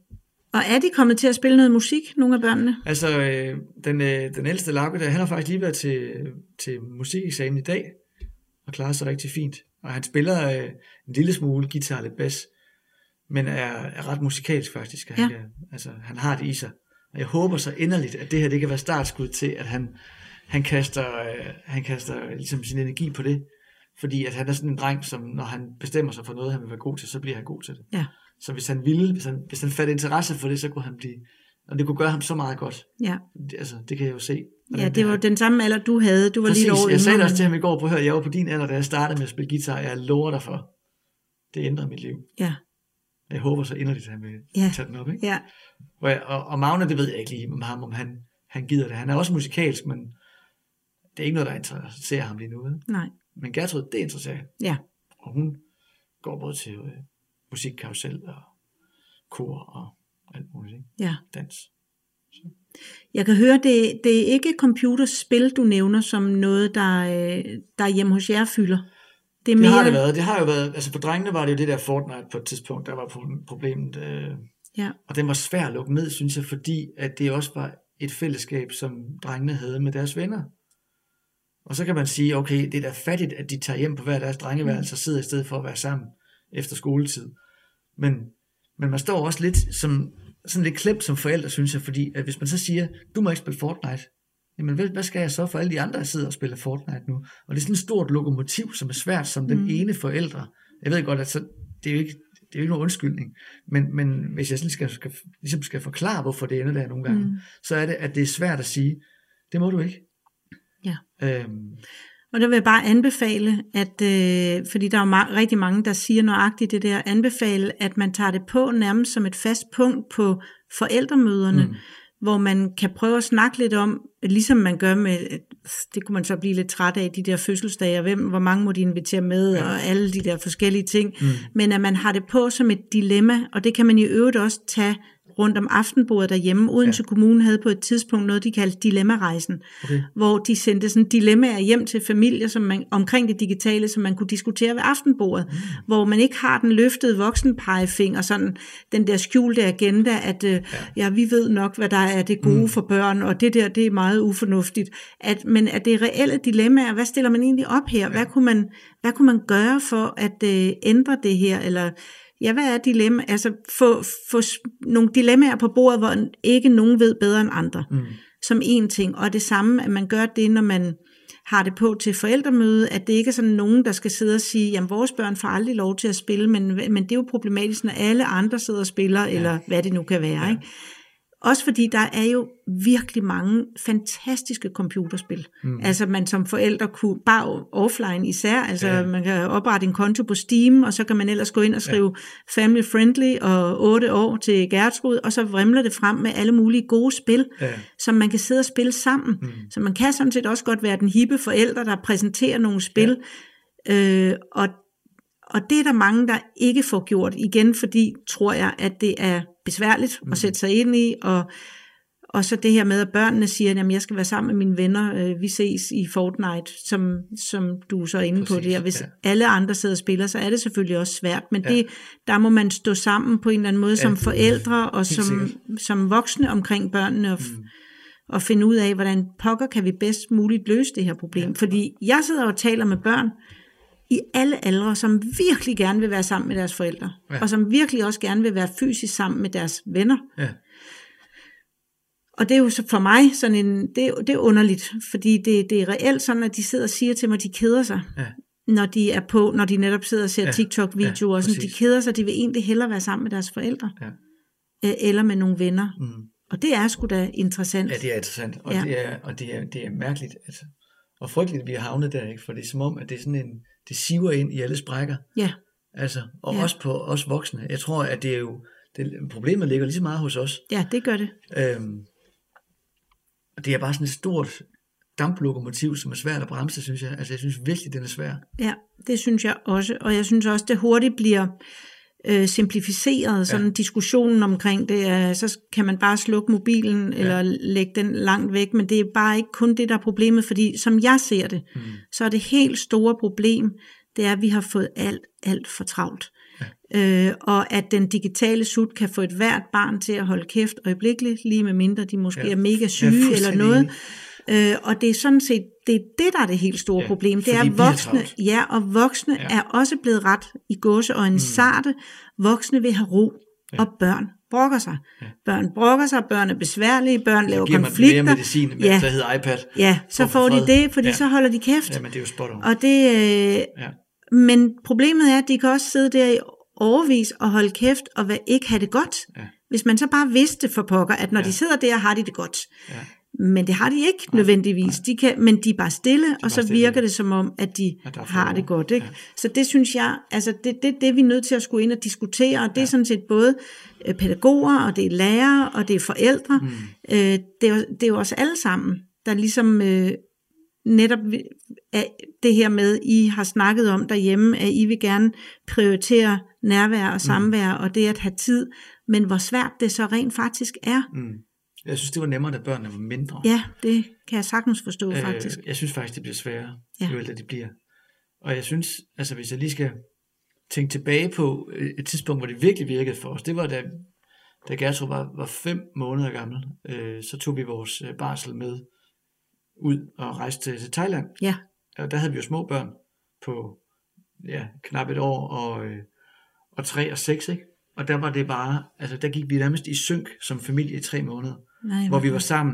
Og er de kommet til at spille noget musik, nogle af børnene? Altså, øh, den, øh, den ældste Lauke, der, han har faktisk lige været til, til musikeksamen i dag, og klarer sig rigtig fint. Og han spiller øh, en lille smule guitar og lidt bas, men er, er ret musikalsk faktisk. Han, Ja. kan, altså, han har det i sig. Og jeg håber så inderligt, at det her det kan være startskud til, at han, han kaster, øh, han kaster ligesom sin energi på det. Fordi at han er sådan en dreng, som når han bestemmer sig for noget, han vil være god til, så bliver han god til det. Ja. Så hvis han ville, hvis han, hvis han fattede interesse for det, så kunne han blive, og det kunne gøre ham så meget godt. Ja, Det, altså, det kan jeg jo se. ja det var den samme alder, du havde. Du var Præcis, lige over jeg sagde det yngre, også til men- ham i går, på at høre, jeg var på din alder, da jeg startede med at spille guitar, jeg lover dig for, det ændrede mit liv. Ja, Jeg håber så inderligt, at han vil Ja. tage den op, ikke? ja, Og, jeg, og, og Magne, det ved jeg ikke lige om ham, om han, han gider det. Han er også musikalsk, men det er ikke noget, der interesserer ham lige nu. Vel? nej, Men Gertrud, det interesserer. ja, Og hun går både til øh, musikkarusel og kor og alt muligt, ikke? ja. Dans. Jeg kan høre, det, det er ikke computerspil, du nævner som noget, der, øh, der hjemme hos jer fylder. Det er Det mere... har det været. Det har jo været, altså for drengene var det jo det der Fortnite på et tidspunkt, der var pro- problemet. Øh, Ja, og den var svær at lukke ned, synes jeg, fordi at det også var et fællesskab, som drengene havde med deres venner. Og så kan man sige, okay, det er da fattigt, at de tager hjem på hver deres drengeværelse og sidder i stedet for at være sammen efter skoletid. Men, men man står også lidt som, sådan lidt klemt som forældre, synes jeg, fordi at hvis man så siger, du må ikke spille Fortnite, jamen hvad, hvad skal jeg så for alle de andre, der sidder og spiller Fortnite nu? Og det er sådan et stort lokomotiv, som er svært som den Mm. ene forælder. Jeg ved godt, at så, det er jo ikke, det er jo ikke nogen undskyldning, men, men hvis jeg sådan skal, skal, ligesom skal forklare, hvorfor det ender der nogle gange, Mm. så er det, at det er svært at sige, det må du ikke. Ja. Øhm, og der vil jeg bare anbefale, at, øh, fordi der er jo ma- rigtig mange, der siger nøjagtigt det der, anbefale, at man tager det på nærmest som et fast punkt på forældremøderne, Mm. hvor man kan prøve at snakke lidt om, ligesom man gør med, det kunne man så blive lidt træt af, de der fødselsdage, og hvem, hvor mange må de invitere med, Ja. og alle de der forskellige ting, Mm. men at man har det på som et dilemma, og det kan man i øvrigt også tage rundt om aftenbordet derhjemme. Odense ja. Kommune havde på et tidspunkt noget, de kaldte dilemmarejsen, Okay. hvor de sendte sådan dilemmaer hjem til familier som man, omkring det digitale, som man kunne diskutere ved aftenbordet, mm. hvor man ikke har den løftede voksenpegefinger, sådan den der skjulte agenda, at øh, ja. ja, vi ved nok, hvad der er det gode mm. for børn, og det der, det er meget ufornuftigt. At, men at det er reelle dilemmaer, hvad stiller man egentlig op her? Ja. Hvad, kunne man, hvad kunne man gøre for at øh, ændre det her, eller ja, hvad er dilemma? Altså få, få nogle dilemmaer på bordet, hvor ikke nogen ved bedre end andre, mm. som en ting. Og det samme, at man gør det, når man har det på til forældremøde, at det ikke er sådan nogen, der skal sidde og sige, jamen vores børn får aldrig lov til at spille, men, men det er jo problematisk, når alle andre sidder og spiller, ja. eller hvad det nu kan være, ja. ikke? Også fordi der er jo virkelig mange fantastiske computerspil. Mm. Altså man som forældre kunne, bare offline især, altså ja. man kan oprette en konto på Steam, og så kan man ellers gå ind og skrive ja. family friendly og otte år til Gertrud, og så vrimler det frem med alle mulige gode spil, ja. som man kan sidde og spille sammen. Mm. Så man kan sådan set også godt være den hippe forælder, der præsenterer nogle spil, ja. øh, og Og det er der mange, der ikke får gjort. Igen, fordi, tror jeg, at det er besværligt mm. at sætte sig ind i. Og, og så det her med, at børnene siger, at jeg skal være sammen med mine venner. Vi ses i Fortnite, som, som du så er inde Præcis, på det. Og hvis ja. alle andre sidder og spiller, så er det selvfølgelig også svært. Men ja. det, der må man stå sammen på en eller anden måde ja. som forældre og som, som voksne omkring børnene. Og, mm. og finde ud af, hvordan pokker kan vi bedst muligt løse det her problem. Ja. Fordi jeg sidder og taler med børn, i alle aldre, som virkelig gerne vil være sammen med deres forældre, ja. og som virkelig også gerne vil være fysisk sammen med deres venner. Ja. Og det er jo så for mig sådan en, det er, det er underligt, fordi det, det er reelt sådan, at de sidder og siger til mig, at de keder sig, ja. når de er på, når de netop sidder og ser ja. TikTok-videoer, ja, og sådan, de keder sig, de vil egentlig hellere være sammen med deres forældre, ja. eller med nogle venner. Mm. Og det er sgu da interessant. Ja, det er interessant, og, ja. det, er, og det, er, det er mærkeligt, altså. Og frygteligt, at vi har havnet der, ikke? For det er som om, at det er sådan en, det siver ind i alle sprækker. Ja. Altså, og ja. også på os voksne. Jeg tror, at det er jo, det, problemet ligger lige så meget hos os. Ja, det gør det. Øhm, og det er bare sådan et stort damplokomotiv, som er svært at bremse, synes jeg. Altså, jeg synes virkelig, den er svær. Ja, det synes jeg også. Og jeg synes også, det hurtigt bliver øh, simplificeret, sådan ja. diskussionen omkring det, øh, så kan man bare slukke mobilen, ja. eller lægge den langt væk, men det er bare ikke kun det, der er problemet, fordi som jeg ser det, mm. så er det helt store problem, det er, at vi har fået alt, alt for travlt. ja. øh, og at den digitale sut kan få et hvert barn til at holde kæft øjeblikkeligt, lige med mindre de måske ja. er mega syge ja, eller noget. Øh, og det er sådan set, det er det, der er det helt store ja, problem. Det er voksne, ja, og voksne ja. er også blevet ret i gåseøjne mm. sarte. Voksne vil have ro, ja. og børn brokker sig. Ja. Børn brokker sig, børn er besværlige, børn laver konflikter. Mere medicin, med, ja. der hedder iPad. Ja, så får de det, fordi ja. så holder de kæft. Ja, men det er jo spot on. Og det, øh, ja. Men problemet er, at de kan også sidde der i overvis og holde kæft og ikke have det godt. Ja. Hvis man så bare vidste for pokker, at når ja. de sidder der, har de det godt. Ja. Men det har de ikke nej, nødvendigvis. Nej. De kan, men de er bare stille, de og så stille. virker det som om, at de har det godt. Ikke? Ja. Så det synes jeg, altså det, det, det er vi nødt til at skulle ind og diskutere, og det ja. er sådan set både pædagoger, og det er lærere, og det er forældre. Mm. Øh, det, er, det er jo os alle sammen, der ligesom øh, netop er det her med, I har snakket om derhjemme, at I vil gerne prioritere nærvær og samvær, mm. og det at have tid, men hvor svært det så rent faktisk er. Mm. Jeg synes, det var nemmere, da børnene var mindre. Ja, det kan jeg sagtens forstå, øh, faktisk. Jeg synes faktisk, det bliver sværere, ja. jo ældre de bliver. Og jeg synes, altså hvis jeg lige skal tænke tilbage på et tidspunkt, hvor det virkelig virkede for os, det var da, da Gertrud var, var fem måneder gammel, øh, så tog vi vores barsel med ud og rejste til, til Thailand. Ja. Og der havde vi jo små børn på ja, knap et år og, øh, og tre og seks, ikke? Og der var det bare, altså der gik vi nærmest i synk som familie i tre måneder. Nej, hvor vi var sammen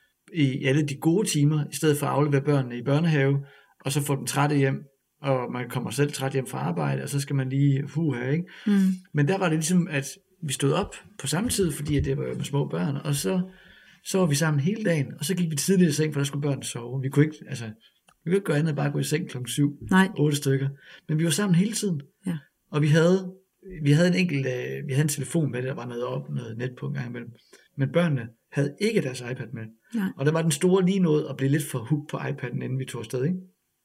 i alle de gode timer, i stedet for at aflevere børnene i børnehave, og så få dem trætte hjem, og man kommer selv træt hjem fra arbejde, og så skal man lige huha, ikke? Mm. Men der var det ligesom, at vi stod op på samme tid, fordi det var jo med små børn, og så, så var vi sammen hele dagen, og så gik vi tidligt i seng, for der skulle børnene sove. Vi kunne ikke, altså, vi kunne ikke gøre andet end bare gå i seng klokken syv, otte stykker. Men vi var sammen hele tiden. Ja. Og vi havde, vi havde en enkelt, øh, vi havde en telefon med, der var noget op, noget net på en gang imellem. Men børnene havde ikke deres iPad med. Nej. Og der var den store lige noget at blive lidt for hooked på iPad'en, inden vi tog afsted, ikke?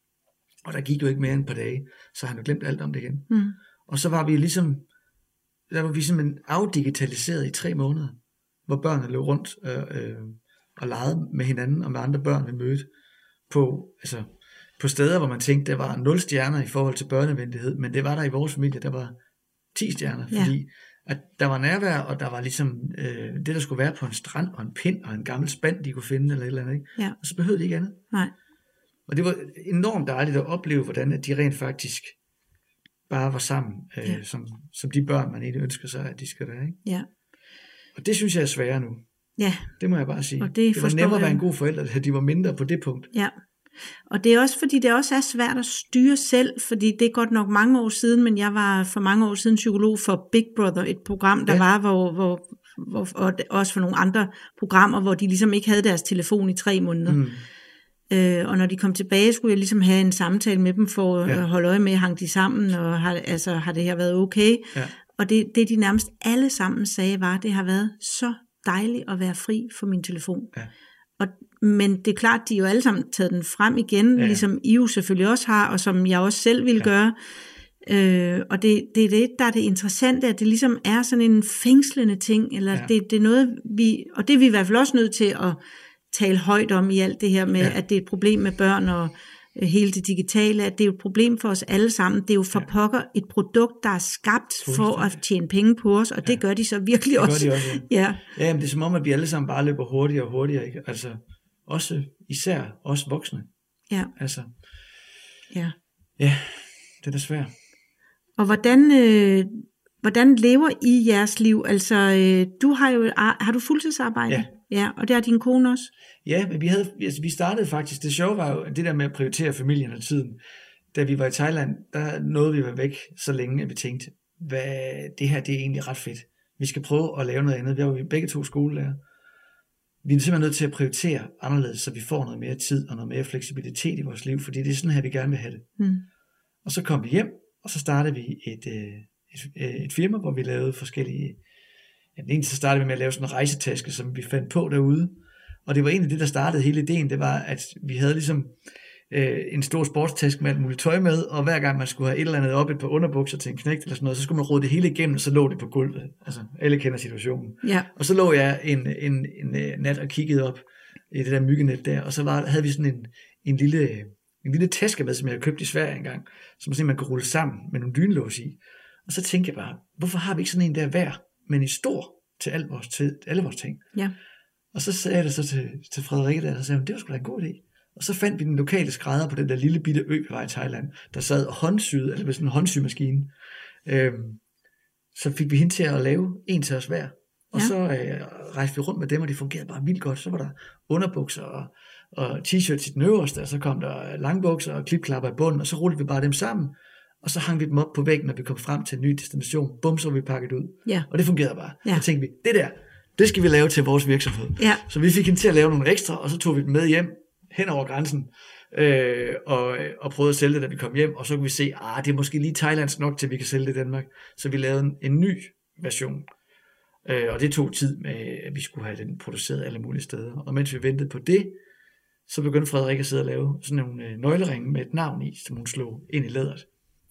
Og der gik jo ikke mere end et par dage, så han havde glemt alt om det igen. Mm. Og så var vi ligesom, der var vi simpelthen afdigitaliseret i tre måneder, hvor børnene løb rundt øh, øh, og legede med hinanden og med andre børn, vi mødte på, altså, på steder, hvor man tænkte, der var nul stjerner i forhold til børnevenlighed, men det var der i vores familie, der var ti stjerner, ja. Fordi at der var nærvær, og der var ligesom øh, det, der skulle være på en strand, og en pind, og en gammel spand, de kunne finde, eller et eller andet, ikke? Ja. Og så behøvede de ikke andet. Nej. Og det var enormt dejligt at opleve, hvordan at de rent faktisk bare var sammen, øh, ja. som, som de børn, man egentlig ønsker sig, at de skal være, ikke? Ja. Og det synes jeg er sværere nu. Ja. Det må jeg bare sige. Og det, det var nemmere at være en god forælder, at de var mindre på det punkt. Ja. Og det er også fordi, det også er svært at styre selv, fordi det er godt nok mange år siden, men jeg var for mange år siden psykolog for Big Brother, et program, der ja. var, hvor, hvor, hvor, og også for nogle andre programmer, hvor de ligesom ikke havde deres telefon i tre måneder. Mm. Øh, og når de kom tilbage, skulle jeg ligesom have en samtale med dem, for ja. at holde øje med, hang de sammen, og har, altså, har det her været okay? Ja. Og det, det de nærmest alle sammen sagde var, det har været så dejligt at være fri for min telefon. Ja. Og, men det er klart, de er jo alle sammen taget den frem igen, ja. Ligesom I jo selvfølgelig også har, og som jeg også selv vil ja. gøre. Øh, og det, det er det, der er det interessante, at det ligesom er sådan en fængslende ting, eller ja. det, det er noget, vi, og det er vi i hvert fald også nødt til at tale højt om i alt det her med, ja. at det er et problem med børn og øh, hele det digitale, at det er jo et problem for os alle sammen. Det er jo for ja. pokker et produkt, der er skabt for at tjene penge på os, og ja. det gør de så virkelig det også. Gør de også ja. Ja. Ja, jamen, det er som om, at vi alle sammen bare løber hurtigere og hurtigere, ikke? Altså også især os voksne. Ja. Altså. Ja. Ja, det er da svært. Og hvordan, øh, hvordan lever I jeres liv? Altså, øh, du har jo, har du fuldtidsarbejde? Ja. Ja, og det har din kone også? Ja, men vi, havde, altså, vi startede faktisk, det sjove var jo det der med at prioritere familien og tiden. Da vi var i Thailand, der nåede vi var væk så længe, at vi tænkte, hvad, det her det er egentlig ret fedt. Vi skal prøve at lave noget andet. Vi var jo begge to skolelærer. Vi er simpelthen nødt til at prioritere anderledes, så vi får noget mere tid og noget mere fleksibilitet i vores liv, fordi det er sådan her, vi gerne vil have det. Mm. Og så kom vi hjem, og så startede vi et, et, et firma, hvor vi lavede forskellige. Ja, egentlig så startede vi med at lave sådan en rejsetaske, som vi fandt på derude. Og det var egentlig det, der startede hele ideen. Det var, at vi havde ligesom øh, en stor sportstaske med alt muligt tøj med, og hver gang man skulle have et eller andet op, et par underbukser til en knægt eller sådan noget, så skulle man rode det hele igennem, og så lå det på gulvet. Altså, alle kender situationen. Ja. Og så lå jeg en, en, en, en nat og kiggede op i det der myggenet der, og så var, havde vi sådan en, en lille... en lille taske med, som jeg havde købt i Sverige engang, som man kunne rulle sammen med nogle dynelås i. Og så tænkte jeg bare, hvorfor har vi ikke sådan en der hver, men i stor til al vores tid, alle vores ting. Ja. Og så sagde jeg det så til, til Frederikke der, og så sagde hun, det var sgu da en god idé. Og så fandt vi den lokale skrædder på den der lille bitte ø på vej i Thailand, der sad håndsyet, altså med sådan en håndsymaskine. Øhm, så fik vi hende til at lave en til os hver. Og ja. så øh, rejste vi rundt med dem, og det fungerede bare vildt godt. Så var der underbukser og, og t-shirts i den øverste, og så kom der langbukser og klipklapper i bunden, og så rullede vi bare dem sammen. Og så hang vi dem op på væggen, når vi kom frem til en ny destination. Bum, så var vi pakket ud. Ja. Og det fungerede bare. Ja. Så tænkte vi, det der, det skal vi lave til vores virksomhed. Ja. Så vi fik hende til at lave nogle ekstra, og så tog vi dem med hjem, hen over grænsen, øh, og, og prøvede at sælge det, da vi kom hjem. Og så kunne vi se, ah, det er måske lige thailandsk nok, til vi kan sælge det i Danmark. Så vi lavede en, en ny version. Øh, og det tog tid med, at vi skulle have den produceret alle mulige steder. Og mens vi ventede på det, så begyndte Frederik at sidde og lave sådan nogle øh, nøgleringe med et navn i, som hun slog ind i læderet.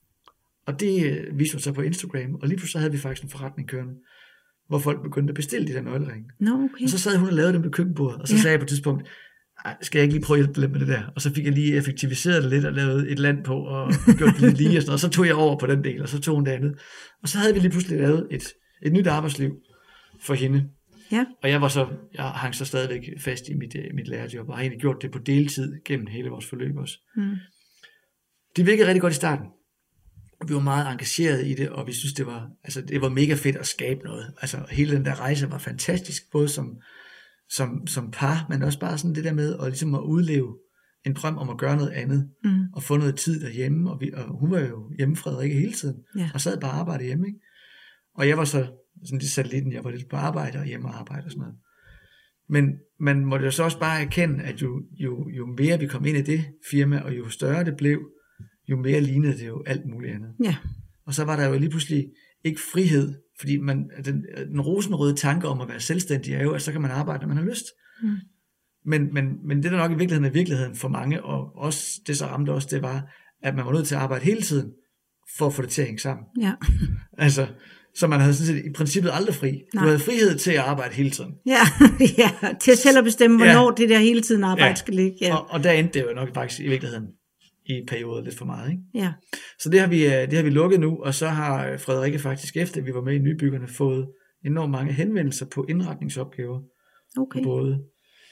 Og det øh, viste hun så på Instagram, og lige pludselig havde vi faktisk en forretning kørende, hvor folk begyndte at bestille de der nøgleringe. No, okay. Og så sad hun og lavede dem ved køkkenbordet, og så ja. sagde jeg på et tidspunkt, skal jeg ikke lige prøve at hjælpe lidt med det der? Og så fik jeg lige effektiviseret det lidt, og lavet et land på, og gjort det lidt lige, og sådan noget. Og så tog jeg over på den del, og så tog hun det andet. Og så havde vi lige pludselig lavet et, et nyt arbejdsliv for hende. Ja. Og jeg var så, jeg hang så stadigvæk fast i mit, mit lærerjob, og har egentlig gjort det på deltid gennem hele vores forløb også. Mm. Det virkede rigtig godt i starten. Vi var meget engageret i det, og vi synes, det var, altså, det var mega fedt at skabe noget. Altså, hele den der rejse var fantastisk, både som, som, som par, men også bare sådan det der med at, ligesom at udleve en drøm om at gøre noget andet, mm. og få noget tid derhjemme. Og, vi, og hun var jo hjemme, Frederikke, hele tiden, ja. og sad bare og arbejdede hjemme. Ikke? Og jeg var så sådan lidt satellitten, jeg var lidt på arbejde og hjemme og arbejde og sådan noget. Men man måtte jo så også bare erkende, at jo, jo, jo mere vi kom ind i det firma, og jo større det blev, jo mere lignede det jo alt muligt andet. Ja. Og så var der jo lige pludselig ikke frihed, fordi man, den, den rosenrøde tanke om at være selvstændig er jo, at så kan man arbejde, når man har lyst. Mm. Men, men, men det der nok i virkeligheden er virkeligheden for mange, og også det så ramte også, det var, at man var nødt til at arbejde hele tiden, for at få det til at hænge sammen. Ja. Altså, så man havde sådan set i princippet aldrig fri. Nej. Du havde frihed til at arbejde hele tiden. Ja, ja, til selv at bestemme, hvornår ja. det der hele tiden arbejde ja. skal ligge. Ja. Og, og der endte det jo nok faktisk i virkeligheden i perioder lidt for meget. Ikke? Ja. Så det har, vi, det har vi lukket nu, og så har Frederikke faktisk, efter vi var med i Nybyggerne, fået enormt mange henvendelser på indretningsopgaver. Okay. Både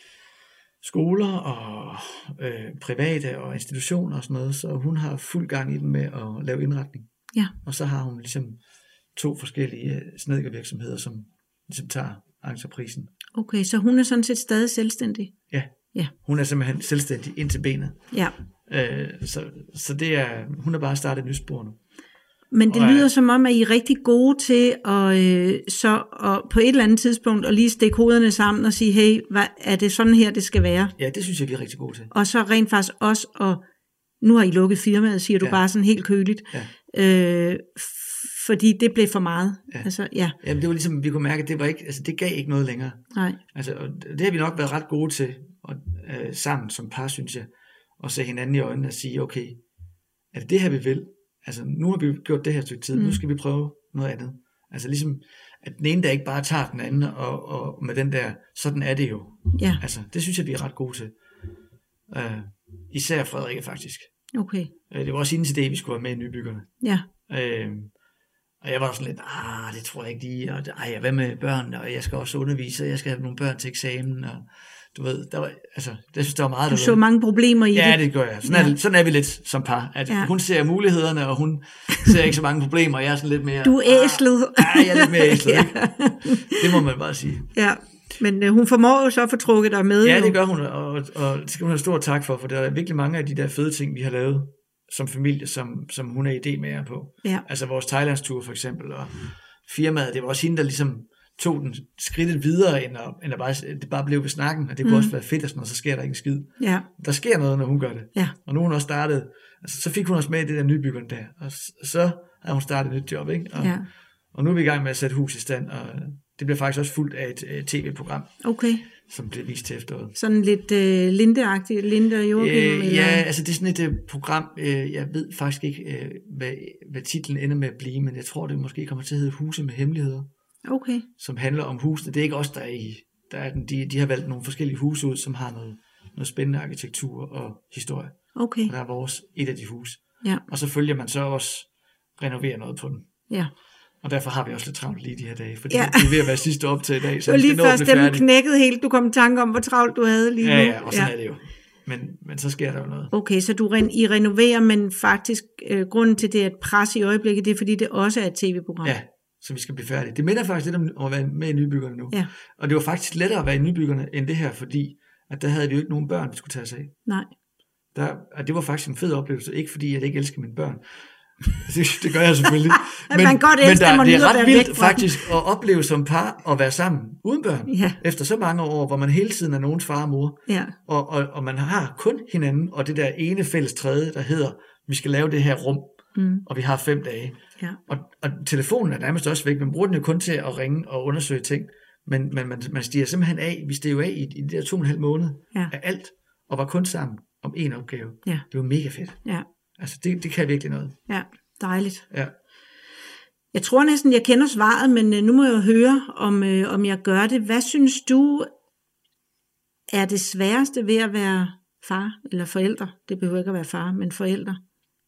skoler og øh, private og institutioner og sådan noget, så hun har fuld gang i den med at lave indretning. Ja. Og så har hun ligesom to forskellige snedkervirksomheder, som ligesom tager entreprisen. Okay, så hun er sådan set stadig selvstændig? Ja, ja. Hun er simpelthen selvstændig ind til benet. Ja. Øh, så, så det er, hun har bare startet et nyt spor nu. Men det og, lyder som om, at I er rigtig gode til at, øh, så, at på et eller andet tidspunkt at lige stikke hovederne sammen og sige, hey, hvad, er det sådan her, det skal være? Ja, det synes jeg, vi er rigtig gode til. Og så rent faktisk også, og nu har I lukket firmaet, siger du ja. bare sådan helt køligt, ja. øh, fordi det blev for meget. Ja. Altså, ja. Jamen, det var ligesom, vi kunne mærke, at det, var ikke, altså, det gav ikke noget længere. Nej. Altså, og det har vi nok været ret gode til, og, øh, sammen som par, synes jeg, at se hinanden i øjnene og sige, okay, er det det her, vi vil? Altså, nu har vi gjort det her stykke tid, mm. nu skal vi prøve noget andet. Altså ligesom, at den ene der ikke bare tager den anden, og, og med den der, sådan er det jo. Ja. Altså, det synes jeg, vi er ret gode til. Uh, især Frederikke, faktisk. Okay. Uh, det var også hendes idé, vi skulle være med i Nybyggerne. Ja. Uh, og jeg var sådan lidt, ah, det tror jeg ikke lige, og ej, hvad med børn, og jeg skal også undervise, og jeg skal have nogle børn til eksamen, og du ved, der var, altså, jeg synes, der var meget, du så mange problemer i ja, det. Ja, det gør jeg. Sådan, ja. er, sådan er vi lidt som par. At ja. Hun ser mulighederne, og hun ser ikke så mange problemer, og jeg er sådan lidt mere... Du er æslet. Ah, ja, jeg er lidt mere æslet, ja. Ikke? Det må man bare sige. Ja, men øh, hun formår jo så at få trukket dig med. Ja, jo. det gør hun, og, og det skal hun have stor tak for, for der er virkelig mange af de der fede ting, vi har lavet som familie, som, som hun er idé med jer på. Ja. Altså vores Thailandstur for eksempel, og firmaet, det var også hende, der ligesom tog den skridtet videre, end at, end at bare, det bare blev ved snakken, og det kunne mm. også være fedt, og sådan noget, så sker der ikke en skid. Ja. Der sker noget, når hun gør det. Ja. Og nu hun også startet, altså, så fik hun også med i det der Nybyggerne der, og så har hun startet et nyt job, ikke? Og, ja. og nu er vi i gang med at sætte hus i stand, og det bliver faktisk også fuldt af et, et tv-program, okay. som bliver vist til efteråret. Sådan lidt øh, Linde-agtigt, Linde og Joachim? Øh, eller? Ja, altså det er sådan et øh, program, øh, jeg ved faktisk ikke, øh, hvad, hvad titlen ender med at blive, men jeg tror, det måske kommer til at hedde Huse med hemmeligheder. Okay. Som handler om husene. Det er ikke os, der er i. Der er den, de, de har valgt nogle forskellige huse ud, som har noget, noget spændende arkitektur og historie. Okay. Og der er vores et af de hus. Ja. Og så følger man så også renovere noget på den. Ja. Og derfor har vi også lidt travlt lige de her dage, fordi Ja. det er ved at være sidste op til i dag. Så det var lige nå før at blive stemmen færdig. knækkede helt, du kom i tanke om, hvor travlt du havde lige Ja, nu. ja, og sådan ja. er det jo. Men, men så sker der jo noget. Okay, så du ren- I renoverer, men faktisk øh, grunden til det er et pres i øjeblikket, det er fordi det også er et tv-program. Ja, så vi skal blive færdige. Det minder faktisk lidt om at være med i Nybyggerne nu. Ja. Og det var faktisk lettere at være i Nybyggerne end det her, fordi at der havde vi jo ikke nogen børn, vi skulle tage os af. Nej. Der, og det var faktisk en fed oplevelse, ikke fordi jeg ikke elsker mine børn. Det, det gør jeg selvfølgelig. Men, man godt men elsker, der, man det er nyder at ret være vildt væk fra faktisk at opleve som par at være sammen uden børn. Ja. Efter så mange år, hvor man hele tiden er nogens far og mor. Ja. Og, og, og man har kun hinanden, og det der ene fælles tredje, der hedder, vi skal lave det her rum, mm. og vi har fem dage. Ja. Og, og telefonen er nærmest også væk. Man bruger den jo kun til at ringe og undersøge ting. Men, men man, man stiger simpelthen af, vi stiger jo af i, i de der to og en halv måned Ja. af alt, og var kun sammen om en opgave. Ja. Det var mega fedt. Ja. Altså, det, det kan virkelig noget. Ja, dejligt. Ja. Jeg tror næsten, jeg kender svaret, men øh, nu må jeg jo høre, om, øh, om jeg gør det. Hvad synes du er det sværeste ved at være far eller forældre? Det behøver ikke at være far, men forældre.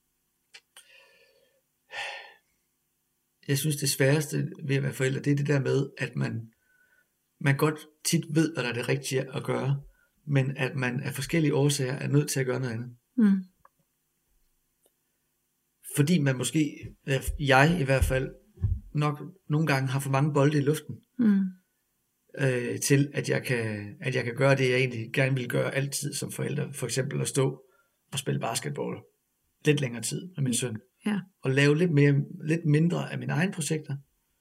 Jeg synes, det sværeste ved at være forældre, det er det der med, at man, man godt tit ved, hvad der er det rigtige at gøre, men at man af forskellige årsager er nødt til at gøre noget andet. Mm. Fordi man måske, jeg i hvert fald, nok nogle gange har for mange bolde i luften, Mm. øh, til at jeg, kan, at jeg kan gøre det, jeg egentlig gerne vil gøre altid som forælder. For eksempel at stå og spille basketball lidt længere tid med min søn. Ja. Og lave lidt, mere, lidt mindre af mine egne projekter.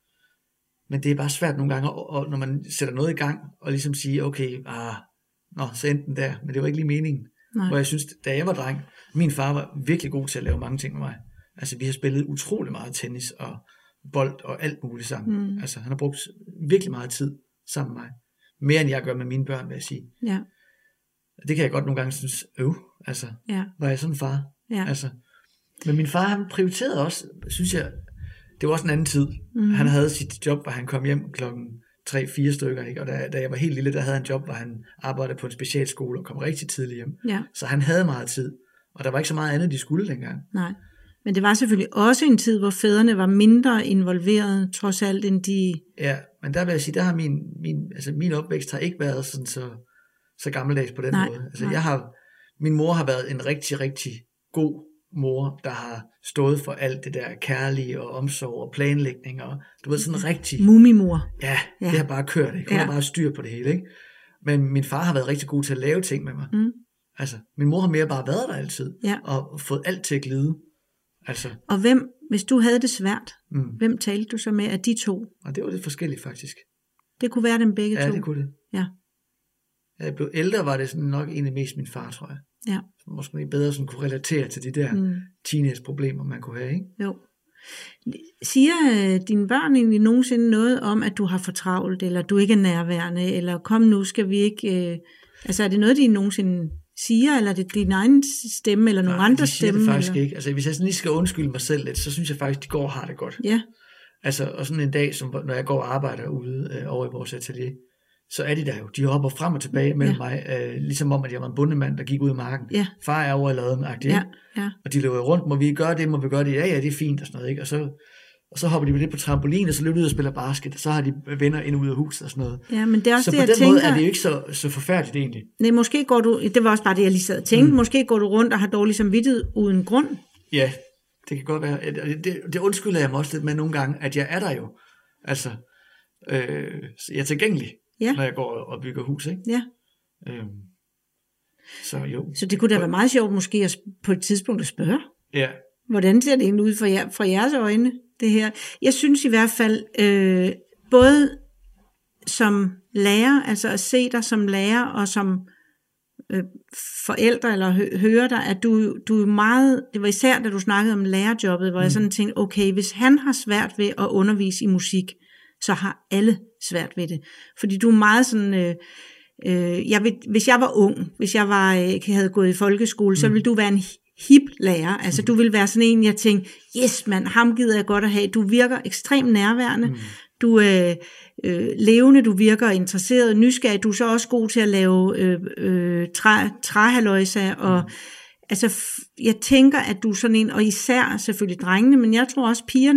Men det er bare svært nogle gange, og, og når man sætter noget i gang, og ligesom sige, okay, ah, nå, så endte den der, men det var ikke lige meningen. Nej. Hvor jeg synes, da jeg var dreng, min far var virkelig god til at lave mange ting med mig. Altså, vi har spillet utrolig meget tennis og bold og alt muligt sammen. Mm. Altså, han har brugt virkelig meget tid sammen med mig. Mere end jeg gør med mine børn, vil jeg sige. Ja. Det kan jeg godt nogle gange synes, øv, altså, Ja. var jeg sådan en far? Ja. Altså, men min far, han prioriterede også, synes jeg, det var også en anden tid. Mm. Han havde sit job, hvor han kom hjem klokken tre fire stykker, ikke? Og da, da jeg var helt lille, der havde han en job, hvor han arbejdede på en specialskole og kom rigtig tidligt hjem. Ja. Så han havde meget tid, og der var ikke så meget andet, de skulle dengang. Nej. Men det var selvfølgelig også en tid, hvor fædrene var mindre involveret, trods alt, end de... Ja, men der vil jeg sige, der har min, min, altså min opvækst har ikke været sådan så, så gammeldags på den Nej, måde. Altså nej. jeg har, min mor har været en rigtig, rigtig god mor, der har stået for alt det der kærlige og omsorg og planlægning, og du ved, sådan rigtig... Mumimor. Ja, Ja. det har bare kørt, ikke? Hun Ja. har bare styr på det hele, ikke? Men min far har været rigtig god til at lave ting med mig. Mm. Altså, min mor har mere bare været der altid, Ja. og fået alt til at glide. Altså, Og hvem, hvis du havde det svært, mm. hvem talte du så med af de to? og det var lidt forskelligt faktisk. Det kunne være dem begge Ja, to. det kunne det. Ja. Da jeg blev ældre, var det sådan nok egentlig mest min far, tror jeg. Ja. Som måske bedre sådan kunne relatere til de der mm. teenage-problemer, man kunne have, ikke? Jo. Siger øh, dine børn egentlig nogensinde noget om, at du har for travlt, eller du ikke er nærværende, eller kom nu, skal vi ikke... Øh... Altså er det noget, de nogensinde siger, eller er det din egen stemme, eller nogle Nej, andre de siger stemme? det faktisk eller? ikke. Altså, hvis jeg sådan lige skal undskylde mig selv lidt, så synes jeg faktisk, de går og har det godt. Ja, Altså, og sådan en dag, som, når jeg går og arbejder ude øh, over i vores atelier, så er de der jo. De hopper frem og tilbage mellem Ja. mig, øh, ligesom om, at jeg var en bondemand, der gik ud i marken. ja, Far er over i laden, agtig, ja, ikke? ja. Og de løber rundt, må vi gøre det, må vi gøre det, ja, ja, det er fint og sådan noget, ikke? Og så, og så hopper de med det på trampolin, og så løber de ud og spiller basket, og så har de venner ind og ud af huset og sådan noget. Ja, men det er også Så det, på jeg den måde tænker... er det jo ikke så, så forfærdeligt egentlig. Nej, måske går du... Det var også bare det, jeg lige sad og tænkte. Mm. Måske går du rundt og har dårlig samvittighed uden grund. Ja, det kan godt være. Det, det, det undskylder jeg mig også lidt med nogle gange, at jeg er der jo. Altså, øh, så jeg er tilgængelig, Ja. når jeg går og bygger hus, ikke? Ja. Øhm, så jo. Så det kunne da være meget sjovt måske at sp- på et tidspunkt at spørge. Ja, Hvordan ser det egentlig ud fra, jer, fra jeres øjne, det her? Jeg synes i hvert fald, øh, både som lærer, altså at se dig som lærer, og som øh, forældre, eller hø- høre dig, at du, du er meget, det var især, da du snakkede om lærerjobbet, hvor mm. jeg sådan tænkte, okay, hvis han har svært ved at undervise i musik, så har alle svært ved det. Fordi du er meget sådan... Øh, øh, jeg vil, hvis jeg var ung, hvis jeg var, øh, havde gået i folkeskole, mm. så ville du være en hip lærer. Altså mm. du ville være sådan en, jeg tænkte, yes mand, ham gider jeg godt at have. Du virker ekstremt nærværende. Mm. Du er øh, levende, du virker interesseret, nysgerrig. Du er så også god til at lave øh, øh, træ, træhalløjsa, og mm. altså, f- jeg tænker, at du er sådan en, og især selvfølgelig drengene, men jeg tror også pigerne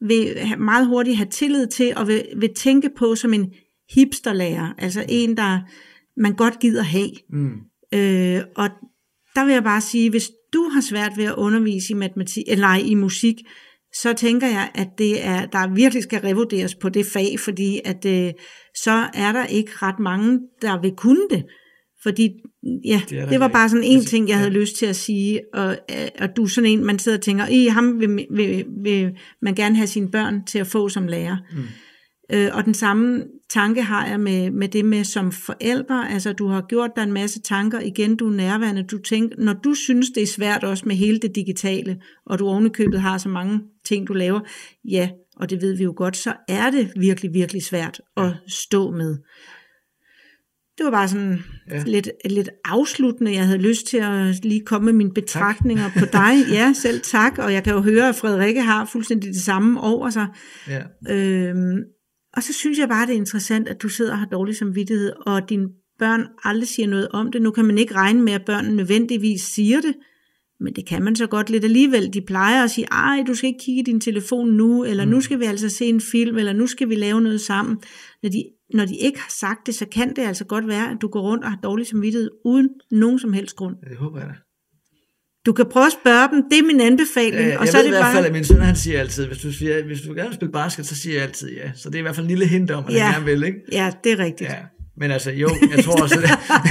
vil meget hurtigt have tillid til, og vil, vil tænke på som en hipsterlærer, altså en, der man godt gider have. Mm. Øh, og der vil jeg bare sige, hvis du har svært ved at undervise i matematik, eller i musik, så tænker jeg, at det er, der virkelig skal revurderes på det fag, fordi at, øh, så er der ikke ret mange, der vil kunne det. Fordi, ja, det, det var bare sådan en ting, jeg havde ja. lyst til at sige, og, og du er sådan en, man sidder og tænker, i ham vil, vil, vil man gerne have sine børn til at få som lærer. Mm. Øh, og den samme tanke har jeg med, med det med som forældre, altså du har gjort dig en masse tanker, igen du er nærværende, du tænker, når du synes det er svært også med hele det digitale, og du ovenikøbet har så mange ting du laver, ja, og det ved vi jo godt, så er det virkelig, virkelig svært at stå med. Det var bare sådan ja. lidt, lidt afsluttende. Jeg havde lyst til at lige komme med mine betragtninger tak. på dig. Ja, selv tak. Og jeg kan jo høre, at Frederikke har fuldstændig det samme over sig. Ja. Øhm, og så synes jeg bare, det er interessant, at du sidder og har dårlig samvittighed, og dine børn aldrig siger noget om det. Nu kan man ikke regne med, at børnene nødvendigvis siger det, men det kan man så godt lidt alligevel. De plejer at sige, ej, du skal ikke kigge i din telefon nu, eller mm. nu skal vi altså se en film, eller nu skal vi lave noget sammen. Når de Når de ikke har sagt det, så kan det altså godt være, at du går rundt og har dårlig samvittighed uden nogen som helst grund. Ja, det håber jeg da. Du kan prøve at spørge dem, det er min anbefaling. Ja, og jeg så ved er det i hvert bare... fald, at min søn han siger altid, hvis du, siger, hvis du gerne vil spille basket, så siger jeg altid ja. Så det er i hvert fald en lille hint om, at ja. jeg gerne vil, ikke? Ja, det er rigtigt. Ja. Men altså, jo, jeg tror også...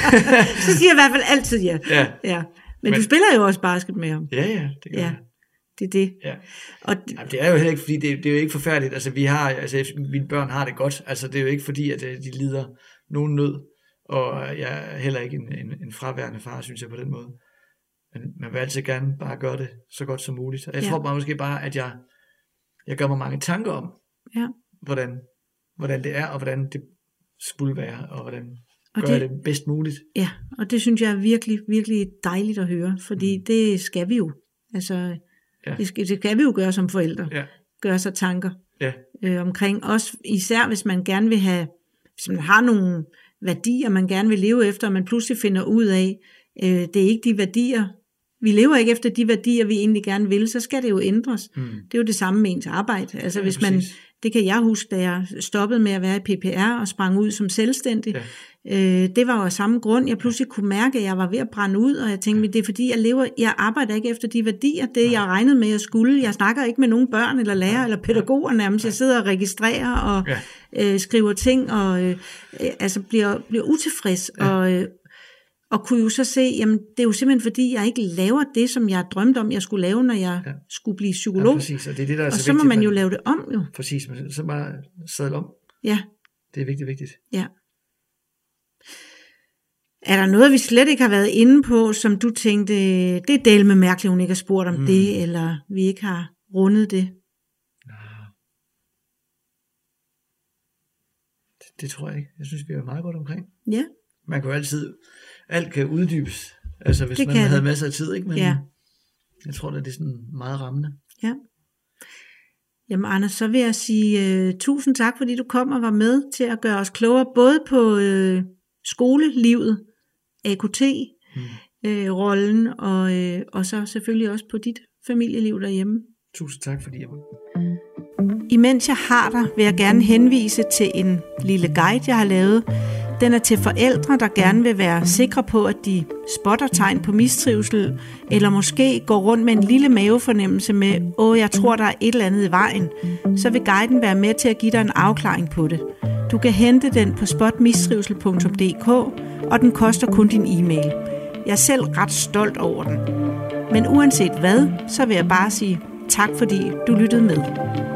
så siger jeg i hvert fald altid ja. Ja. ja. Men, Men du spiller jo også basket med ham. Ja, ja, det gør ja. jeg. Det er det. Ja. Og d- Jamen, det er jo heller ikke, fordi det, det er jo ikke forfærdeligt. Altså, vi har, altså, mine børn har det godt. Altså, det er jo ikke fordi, at de lider nogen nød. Og jeg er heller ikke en, en, en fraværende far, synes jeg, på den måde. Men man vil altid gerne bare gøre det så godt som muligt. Og jeg ja. tror bare måske bare, at jeg, jeg gør mig mange tanker om, ja. hvordan, hvordan det er, og hvordan det skulle være, og hvordan og gør det, jeg det bedst muligt. Ja, og det synes jeg er virkelig, virkelig dejligt at høre. Fordi mm. det skal vi jo. Altså... Ja. Det, skal, det skal vi jo gøre som forældre. Ja. Gøre sig tanker ja. øh, omkring. Også især hvis man gerne vil have, hvis man har nogle værdier, man gerne vil leve efter, og man pludselig finder ud af, øh, det er ikke de værdier, vi lever ikke efter de værdier, vi egentlig gerne vil, så skal det jo ændres. Mm. Det er jo det samme med ens arbejde. Altså ja, hvis man, det kan jeg huske, da jeg stoppede med at være i P P R og sprang ud som selvstændig. Ja. Øh, det var jo af samme grund. Jeg pludselig kunne mærke, at jeg var ved at brænde ud, og jeg tænkte, det er fordi, jeg lever, jeg arbejder ikke efter de værdier, det jeg regnede med, jeg skulle. Jeg snakker ikke med nogen børn, eller lærere, eller pædagoger nærmest. Jeg sidder og registrerer, og ja. øh, skriver ting, og øh, altså bliver, bliver utilfreds, ja. og, øh, og kunne jo så se, jamen det er jo simpelthen fordi, jeg ikke laver det, som jeg drømte om, jeg skulle lave, når jeg ja. skulle blive psykolog. Ja, præcis, og det er det, der er og så, så vigtigt, må man jo man, lave det om, jo. Præcis, så bare sadle om. Ja. Det er vigtigt, vigtigt. Ja. Er der noget, vi slet ikke har været inde på, som du tænkte, det er del med mærkeligt, hun ikke har spurgt om mm. det, eller vi ikke har rundet det? det? Det tror jeg ikke. Jeg synes, vi er meget godt omkring. Ja. Man kan jo altid, alt kan uddybes, altså hvis det man havde det. masser af tid, ikke? Men ja. jeg tror, det er sådan meget rammende. Ja. Jamen Anders, så vil jeg sige uh, tusind tak, fordi du kom og var med til at gøre os klogere, både på uh, skolelivet, A K T-rollen, mm. øh, og, øh, og så selvfølgelig også på dit familieliv derhjemme. Tusind tak, fordi jeg var. Imens jeg har dig, vil jeg gerne henvise til en lille guide, jeg har lavet. Den er til forældre, der gerne vil være sikre på, at de spotter tegn på mistrivsel, eller måske går rundt med en lille mavefornemmelse med, åh, jeg tror, der er et eller andet i vejen. Så vil guiden være med til at give dig en afklaring på det. Du kan hente den på spot mistrivsel punktum d k, og den koster kun din e-mail. Jeg er selv ret stolt over den. Men uanset hvad, så vil jeg bare sige tak, fordi du lyttede med.